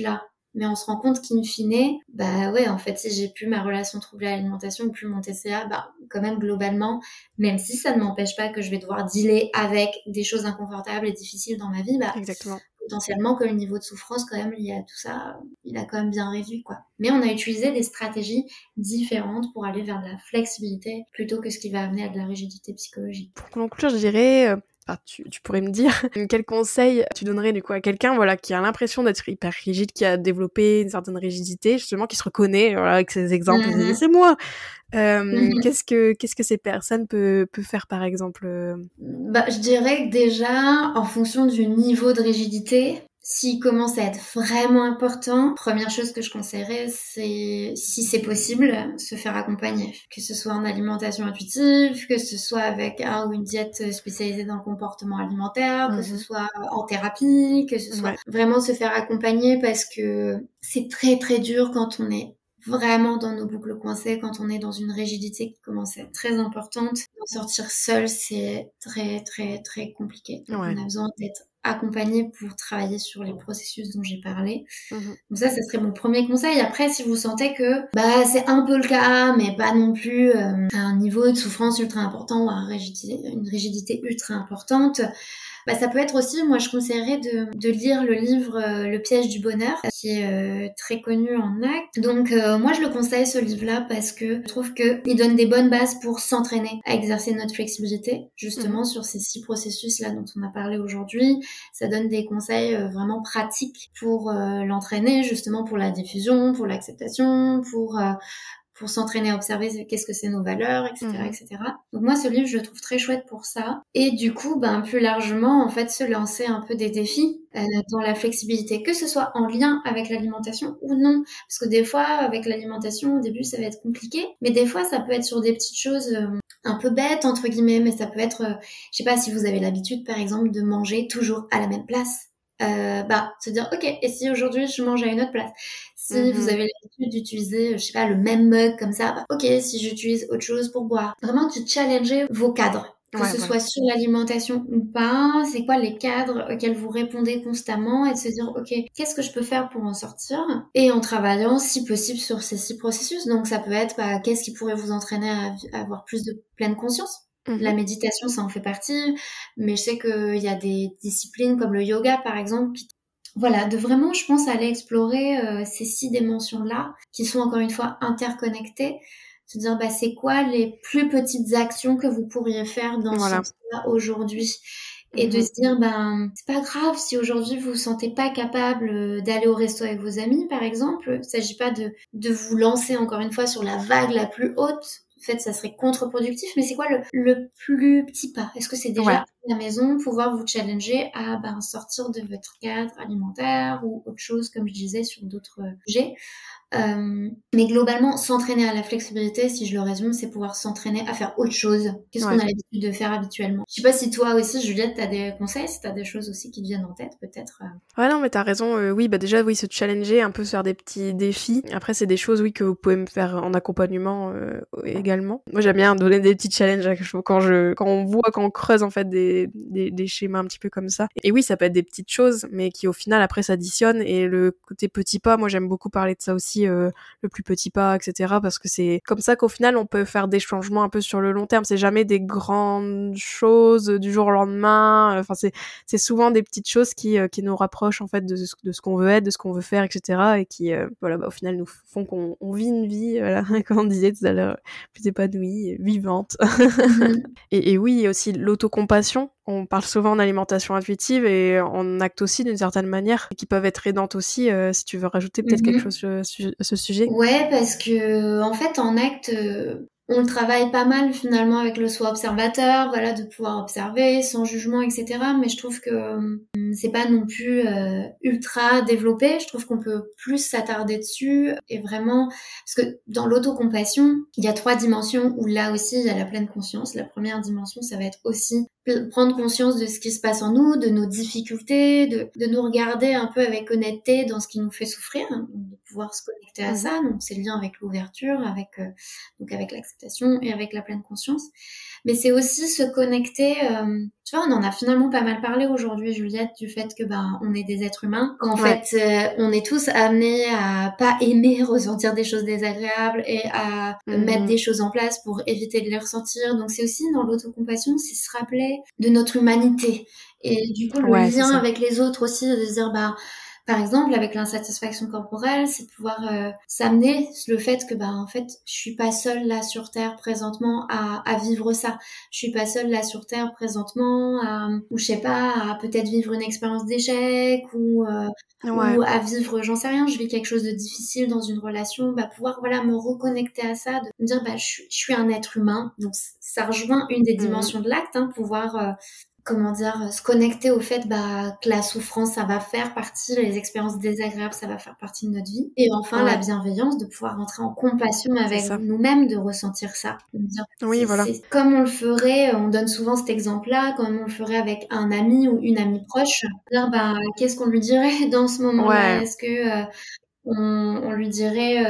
Mais on se rend compte qu'in fine, bah ouais, en fait, si j'ai plus ma relation troublée à l'alimentation ou plus mon TCA, bah quand même globalement, même si ça ne m'empêche pas que je vais devoir dealer avec des choses inconfortables et difficiles dans ma vie, bah
Exactement.
potentiellement que le niveau de souffrance quand même lié à tout ça, il a quand même bien réduit, quoi. Mais on a utilisé des stratégies différentes pour aller vers de la flexibilité plutôt que ce qui va amener à de la rigidité psychologique.
Pour conclure, je dirais, tu pourrais me dire quel conseil tu donnerais du coup à quelqu'un voilà, qui a l'impression d'être hyper rigide, qui a développé une certaine rigidité, justement, qui se reconnaît voilà, avec ces exemples, et se dit,
Mhm.
c'est moi.
Mhm.
Qu'est-ce que ces personnes peuvent faire par exemple
Bah, je dirais que déjà, en fonction du niveau de rigidité, s'il commence à être vraiment important, première chose que je conseillerais, c'est, si c'est possible, se faire accompagner. Que ce soit en alimentation intuitive, que ce soit avec un ou une diète spécialisée dans le comportement alimentaire, que ce
Mhm.
soit en thérapie, que ce soit
Ouais.
vraiment se faire accompagner parce que c'est très très dur quand on est vraiment dans nos boucles coincées, quand on est dans une rigidité qui commence à être très importante. D'en sortir seul, c'est très, très, très compliqué. Donc, on
Ouais.
a besoin d'être accompagné pour travailler sur les processus dont j'ai parlé.
Mhm.
Donc ça serait mon premier conseil. Après, si vous sentez que bah c'est un peu le cas, mais pas non plus à un niveau de souffrance ultra important ou à une rigidité ultra importante, bah, ça peut être aussi, moi je conseillerais de lire le livre Le piège du bonheur, qui est très connu en acte. Donc moi je le conseille ce livre-là parce que je trouve qu'il donne des bonnes bases pour s'entraîner à exercer notre flexibilité,
Mhm.
justement sur ces 6 processus-là dont on a parlé aujourd'hui. Ça donne des conseils vraiment pratiques pour l'entraîner, justement pour la diffusion, pour l'acceptation, pour s'entraîner à observer qu'est-ce que c'est nos valeurs, etc.,
Mhm.
etc. Donc moi, ce livre, je le trouve très chouette pour ça. Et du coup, ben, plus largement, en fait, se lancer un peu des défis dans la flexibilité, que ce soit en lien avec l'alimentation ou non. Parce que des fois, avec l'alimentation, au début, ça va être compliqué. Mais des fois, ça peut être sur des petites choses un peu bêtes, entre guillemets. Mais ça peut être, je sais pas, si vous avez l'habitude, par exemple, de manger toujours à la même place. Bah, se dire, ok, et si aujourd'hui je mange à une autre place? Si vous
Mhm.
avez l'habitude d'utiliser, je sais pas, le même mug comme ça, bah, ok, si j'utilise autre chose pour boire. Vraiment de challenger vos cadres. Que
Ouais,
ce
voilà.
soit sur l'alimentation ou pas, c'est quoi les cadres auxquels vous répondez constamment et de se dire, ok, qu'est-ce que je peux faire pour en sortir? Et en travaillant, si possible, sur ces 6 processus. Donc ça peut être, bah, qu'est-ce qui pourrait vous entraîner à avoir plus de pleine conscience?
Mhm.
La méditation, ça en fait partie, mais je sais qu'il y a des disciplines comme le yoga, par exemple, qui voilà, de vraiment, je pense, aller explorer ces 6 dimensions-là, qui sont encore une fois interconnectées. Se dire, bah, c'est quoi les plus petites actions que vous pourriez faire dans ce
Voilà.
sens-là aujourd'hui? Et de
Mhm.
se dire, ben, c'est pas grave si aujourd'hui vous vous sentez pas capable d'aller au resto avec vos amis, par exemple. Il s'agit pas de vous lancer encore une fois sur la vague la plus haute. En fait, ça serait contre-productif, mais c'est quoi le plus petit pas? Est-ce que c'est déjà
Ouais.
à la maison, pouvoir vous challenger à ben, sortir de votre cadre alimentaire ou autre chose, comme je disais, sur d'autres sujets. Mais globalement, s'entraîner à la flexibilité, si je le résume, c'est pouvoir s'entraîner à faire autre chose. Qu'est-ce qu'on
Ouais.
a l'habitude de faire habituellement? Je sais pas si toi aussi, Juliette, t'as des conseils, si t'as des choses aussi qui te viennent en tête, peut-être.
Ouais, non, mais t'as raison. Oui, bah déjà, oui, se challenger, un peu se faire des petits défis. Après, c'est des choses, oui, que vous pouvez me faire en accompagnement également. Moi, j'aime bien donner des petits challenges quand on creuse en fait des schémas un petit peu comme ça. Et oui, ça peut être des petites choses, mais qui au final après s'additionnent. Et le côté petit pas, moi, j'aime beaucoup parler de ça aussi, le plus petit pas, etc. Parce que c'est comme ça qu'au final, on peut faire des changements un peu sur le long terme. C'est jamais des grandes choses du jour au lendemain. Enfin, c'est souvent des petites choses qui nous rapprochent en fait de ce qu'on veut être, de ce qu'on veut faire, etc. Et qui, voilà, bah, au final nous font qu'on vit une vie, voilà, comme on disait tout à l'heure, plus épanouie, vivante.
Mhm.
Et oui, il y a aussi l'autocompassion. On parle souvent en alimentation intuitive et en acte aussi d'une certaine manière, qui peuvent être aidantes aussi. Si tu veux rajouter peut-être quelque chose
Mhm.
à ce sujet.
Ouais, parce que en fait, en acte, on le travaille pas mal finalement avec le soi observateur, voilà, de pouvoir observer sans jugement, etc. Mais je trouve que c'est pas non plus ultra développé. Je trouve qu'on peut plus s'attarder dessus et vraiment parce que dans l'autocompassion, il y a 3 dimensions où là aussi il y a la pleine conscience. La première dimension, ça va être aussi prendre conscience de ce qui se passe en nous, de nos difficultés, de nous regarder un peu avec honnêteté dans ce qui nous fait souffrir, hein, de pouvoir se connecter à
Mhm.
ça. Donc c'est le lien avec l'ouverture, donc avec l'acceptation et avec la pleine conscience. Mais c'est aussi se connecter Tu vois, on en a finalement pas mal parlé aujourd'hui, Juliette, du fait que on est des êtres humains, qu'en
Ouais.
fait on est tous amenés à pas aimer ressentir des choses désagréables et à mettre
Mhm.
des choses en place pour éviter de les ressentir. Donc c'est aussi dans l'autocompassion, c'est se rappeler de notre humanité et du coup le
Ouais, c'est
lien
ça.
avec les autres aussi, de se dire par exemple, avec l'insatisfaction corporelle, c'est de pouvoir s'amener le fait que en fait, je suis pas seule là sur Terre présentement à vivre ça. Je suis pas seule là sur Terre présentement ou je sais pas, à peut-être vivre une expérience d'échec
Ouais.
ou à vivre, j'en sais rien, je vis quelque chose de difficile dans une relation, pouvoir voilà me reconnecter à ça, de me dire je suis un être humain. Donc ça rejoint une des
Mhm.
dimensions de l'acte, hein, pouvoir comment dire, se connecter au fait que la souffrance, ça va faire partie, les expériences désagréables, ça va faire partie de notre vie. Et enfin, la
Ouais,
bienveillance, de pouvoir entrer en compassion
c'est
avec
ça.
nous-mêmes, de ressentir ça. De me dire,
Oui, voilà.
c'est comme on le ferait, on donne souvent cet exemple-là, comme on le ferait avec un ami ou une amie proche. Dire, qu'est-ce qu'on lui dirait dans ce moment-là?
Ouais.
Est-ce que on lui dirait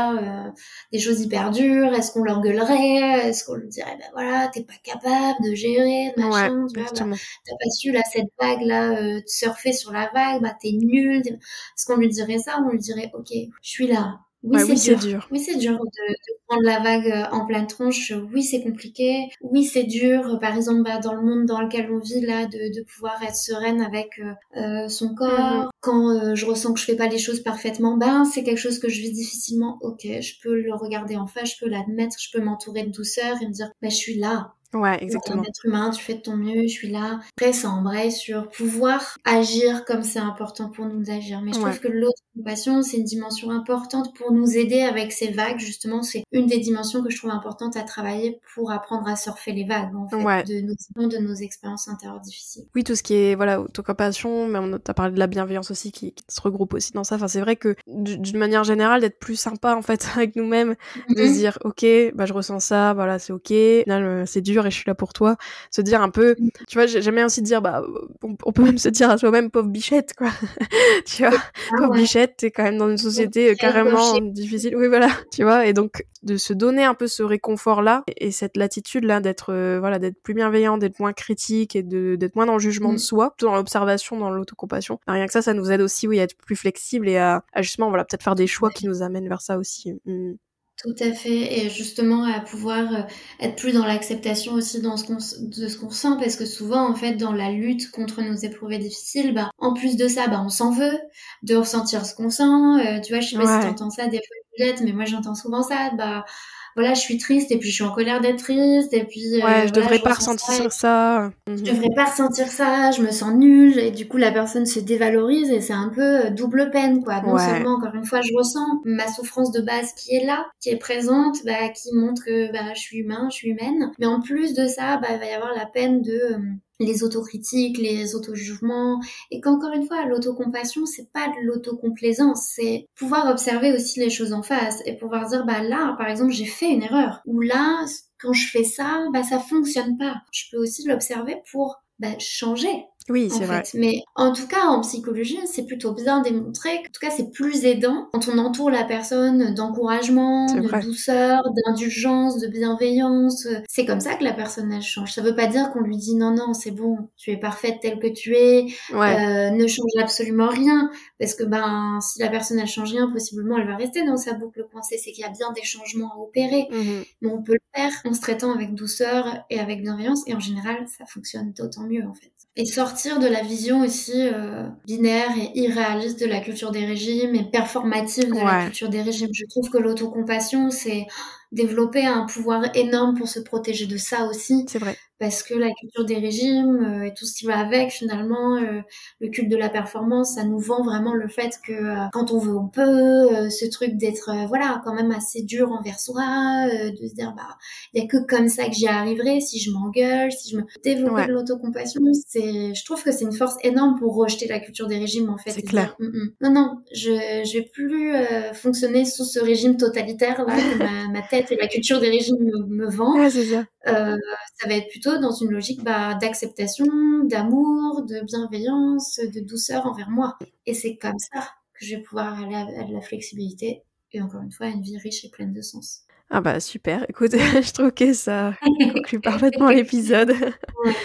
des choses hyper dures, est-ce qu'on l'engueulerait, est-ce qu'on lui dirait voilà, t'es pas capable de gérer, de
Ouais,
machin, tu vois,
exactement.
t'as pas su là cette vague là de surfer sur la vague, t'es nul. Est-ce qu'on lui dirait ça? On lui dirait ok, je suis là. Oui,
Ouais,
c'est
oui, c'est
dur.
dur.
Oui, c'est dur de prendre la vague en pleine tronche. Oui, c'est compliqué. Oui, c'est dur. Par exemple, dans le monde dans lequel on vit là, de pouvoir être sereine avec son
Mhm.
corps. Quand je ressens que je fais pas les choses parfaitement, c'est quelque chose que je vis difficilement. Ok, je peux le regarder en face, je peux l'admettre, je peux m'entourer de douceur et me dire, je suis là.
Ouais,
T'es un
exactement.
être humain, tu fais de ton mieux, je suis là. Après, ça embraye sur pouvoir agir comme c'est important pour nous d'agir. Mais je
Ouais.
trouve que l'autre compassion, c'est une dimension importante pour nous aider avec ces vagues. Justement, c'est une des dimensions que je trouve importante à travailler pour apprendre à surfer les vagues, en fait,
Ouais.
de nos expériences intérieures difficiles.
Oui, tout ce qui est voilà autocompassion, mais t'as parlé de la bienveillance aussi qui se regroupe aussi dans ça. Enfin, c'est vrai que d'une manière générale, d'être plus sympa en fait avec nous-mêmes, de se
Mhm.
dire ok, je ressens ça, voilà, c'est ok. Au final, c'est dur et je suis là pour toi. Se dire un peu, tu vois, j'aime bien aussi dire on peut même se dire à soi-même pauvre bichette quoi. Tu vois,
C'est ça,
pauvre
ouais.
bichette, t'es quand même dans une
Donc,
société
très
carrément
coché.
difficile. Oui, voilà, tu vois, et donc de se donner un peu ce réconfort-là et cette latitude-là d'être voilà, d'être plus bienveillant, d'être moins critique et d'être moins dans le jugement de
Mm.
soi, plutôt dans l'observation, dans l'autocompassion. Rien que ça nous aide aussi, oui, à être plus flexible et à justement, voilà, peut-être faire des choix qui nous amènent vers ça aussi. Mm.
Tout à fait, et justement à pouvoir être plus dans l'acceptation aussi de ce qu'on ressent, parce que souvent en fait dans la lutte contre nos épreuves difficiles, en plus de ça, on s'en veut de ressentir ce qu'on sent. Tu vois, je sais pas si
Ouais,
t'entends ça des fois, Juliette, mais moi j'entends souvent ça. Voilà, je suis triste et puis je suis en colère d'être triste et puis
ouais, je
voilà,
devrais
je
pas
ressens ça.
ressentir ça.
Je
Mhm.
devrais pas ressentir ça, je me sens nulle et du coup la personne se dévalorise et c'est un peu double peine quoi. Non
Ouais,
seulement encore une fois je ressens ma souffrance de base qui est là, qui est présente, qui montre que je suis humain, je suis humaine, mais en plus de ça, il va y avoir la peine de les autocritiques, les auto-jugements, et qu'encore une fois, l'autocompassion, c'est pas de l'autocomplaisance, c'est pouvoir observer aussi les choses en face et pouvoir dire, là, par exemple, j'ai fait une erreur, ou là, quand je fais ça, ça fonctionne pas. Je peux aussi l'observer pour changer.
oui,
En
c'est vrai,
fait, mais en tout cas en psychologie, c'est plutôt bien démontré qu'en tout cas c'est plus aidant quand on entoure la personne d'encouragement,
c'est
de
vrai.
douceur, d'indulgence, de bienveillance. C'est comme ça que la personne elle change. Ça veut pas dire qu'on lui dit non non c'est bon, tu es parfaite telle que tu es,
Ouais.
ne change absolument rien, parce que si la personne elle change rien, possiblement elle va rester dans sa boucle coincée. C'est qu'il y a bien des changements à opérer,
Mhm.
mais on peut le faire en se traitant avec douceur et avec bienveillance, et en général ça fonctionne d'autant mieux en fait. Et sortir de la vision aussi binaire et irréaliste de la culture des régimes et performative de la
Ouais,
culture des régimes. Je trouve que l'autocompassion, c'est développer un pouvoir énorme pour se protéger de ça aussi,
c'est vrai.
parce que la culture des régimes et tout ce qui va avec, finalement, le culte de la performance, ça nous vend vraiment le fait que quand on veut, on peut, ce truc d'être, voilà, quand même assez dur envers soi, de se dire, il y a que comme ça que j'y arriverai, si je m'engueule, si je me développer
Ouais,
de l'autocompassion, je trouve que c'est une force énorme pour rejeter la culture des régimes en fait
c'est
et se dire
clair.
non non, je vais plus fonctionner sous ce régime totalitaire là que ma tête et la culture des régimes me vend.
Ouais, c'est ça.
Euh, Ça va être plutôt dans une logique d'acceptation, d'amour, de bienveillance, de douceur envers moi. Et c'est comme ça que je vais pouvoir aller à de la flexibilité et encore une fois à une vie riche et pleine de sens.
Ah super. Écoute, je trouve que ça conclut parfaitement l'épisode.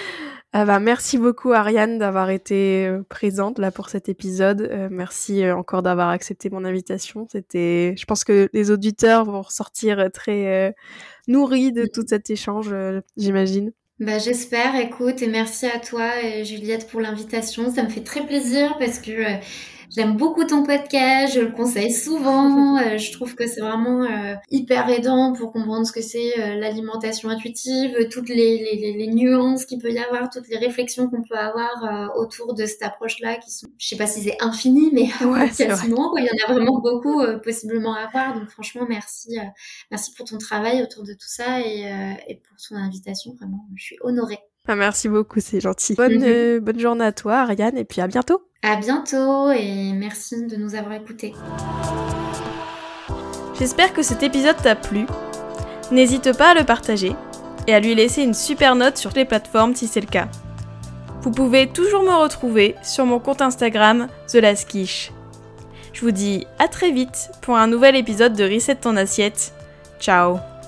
Merci beaucoup Ariane d'avoir été présente là pour cet épisode. Merci encore d'avoir accepté mon invitation. Je pense que les auditeurs vont ressortir très nourris de tout cet échange, j'imagine.
J'espère, écoute, et merci à toi, Juliette, pour l'invitation. Ça me fait très plaisir parce que j'aime beaucoup ton podcast, je le conseille souvent. Je trouve que c'est vraiment hyper aidant pour comprendre ce que c'est l'alimentation intuitive, toutes les nuances qu'il peut y avoir, toutes les réflexions qu'on peut avoir autour de cette approche-là qui sont, je sais pas si c'est infini, mais
Ouais, c'est vrai.
quasiment, quoi. Il y en a vraiment beaucoup possiblement à voir. Donc franchement, merci pour ton travail autour de tout ça et pour ton invitation. Vraiment, je suis honorée.
Merci beaucoup, c'est gentil. Bonne journée à toi, Ariane, et puis à bientôt.
À bientôt et merci de nous avoir écoutés.
J'espère que cet épisode t'a plu. N'hésite pas à le partager et à lui laisser une super note sur les plateformes si c'est le cas. Vous pouvez toujours me retrouver sur mon compte Instagram TheLastQuiche. Je vous dis à très vite pour un nouvel épisode de Reset ton assiette. Ciao.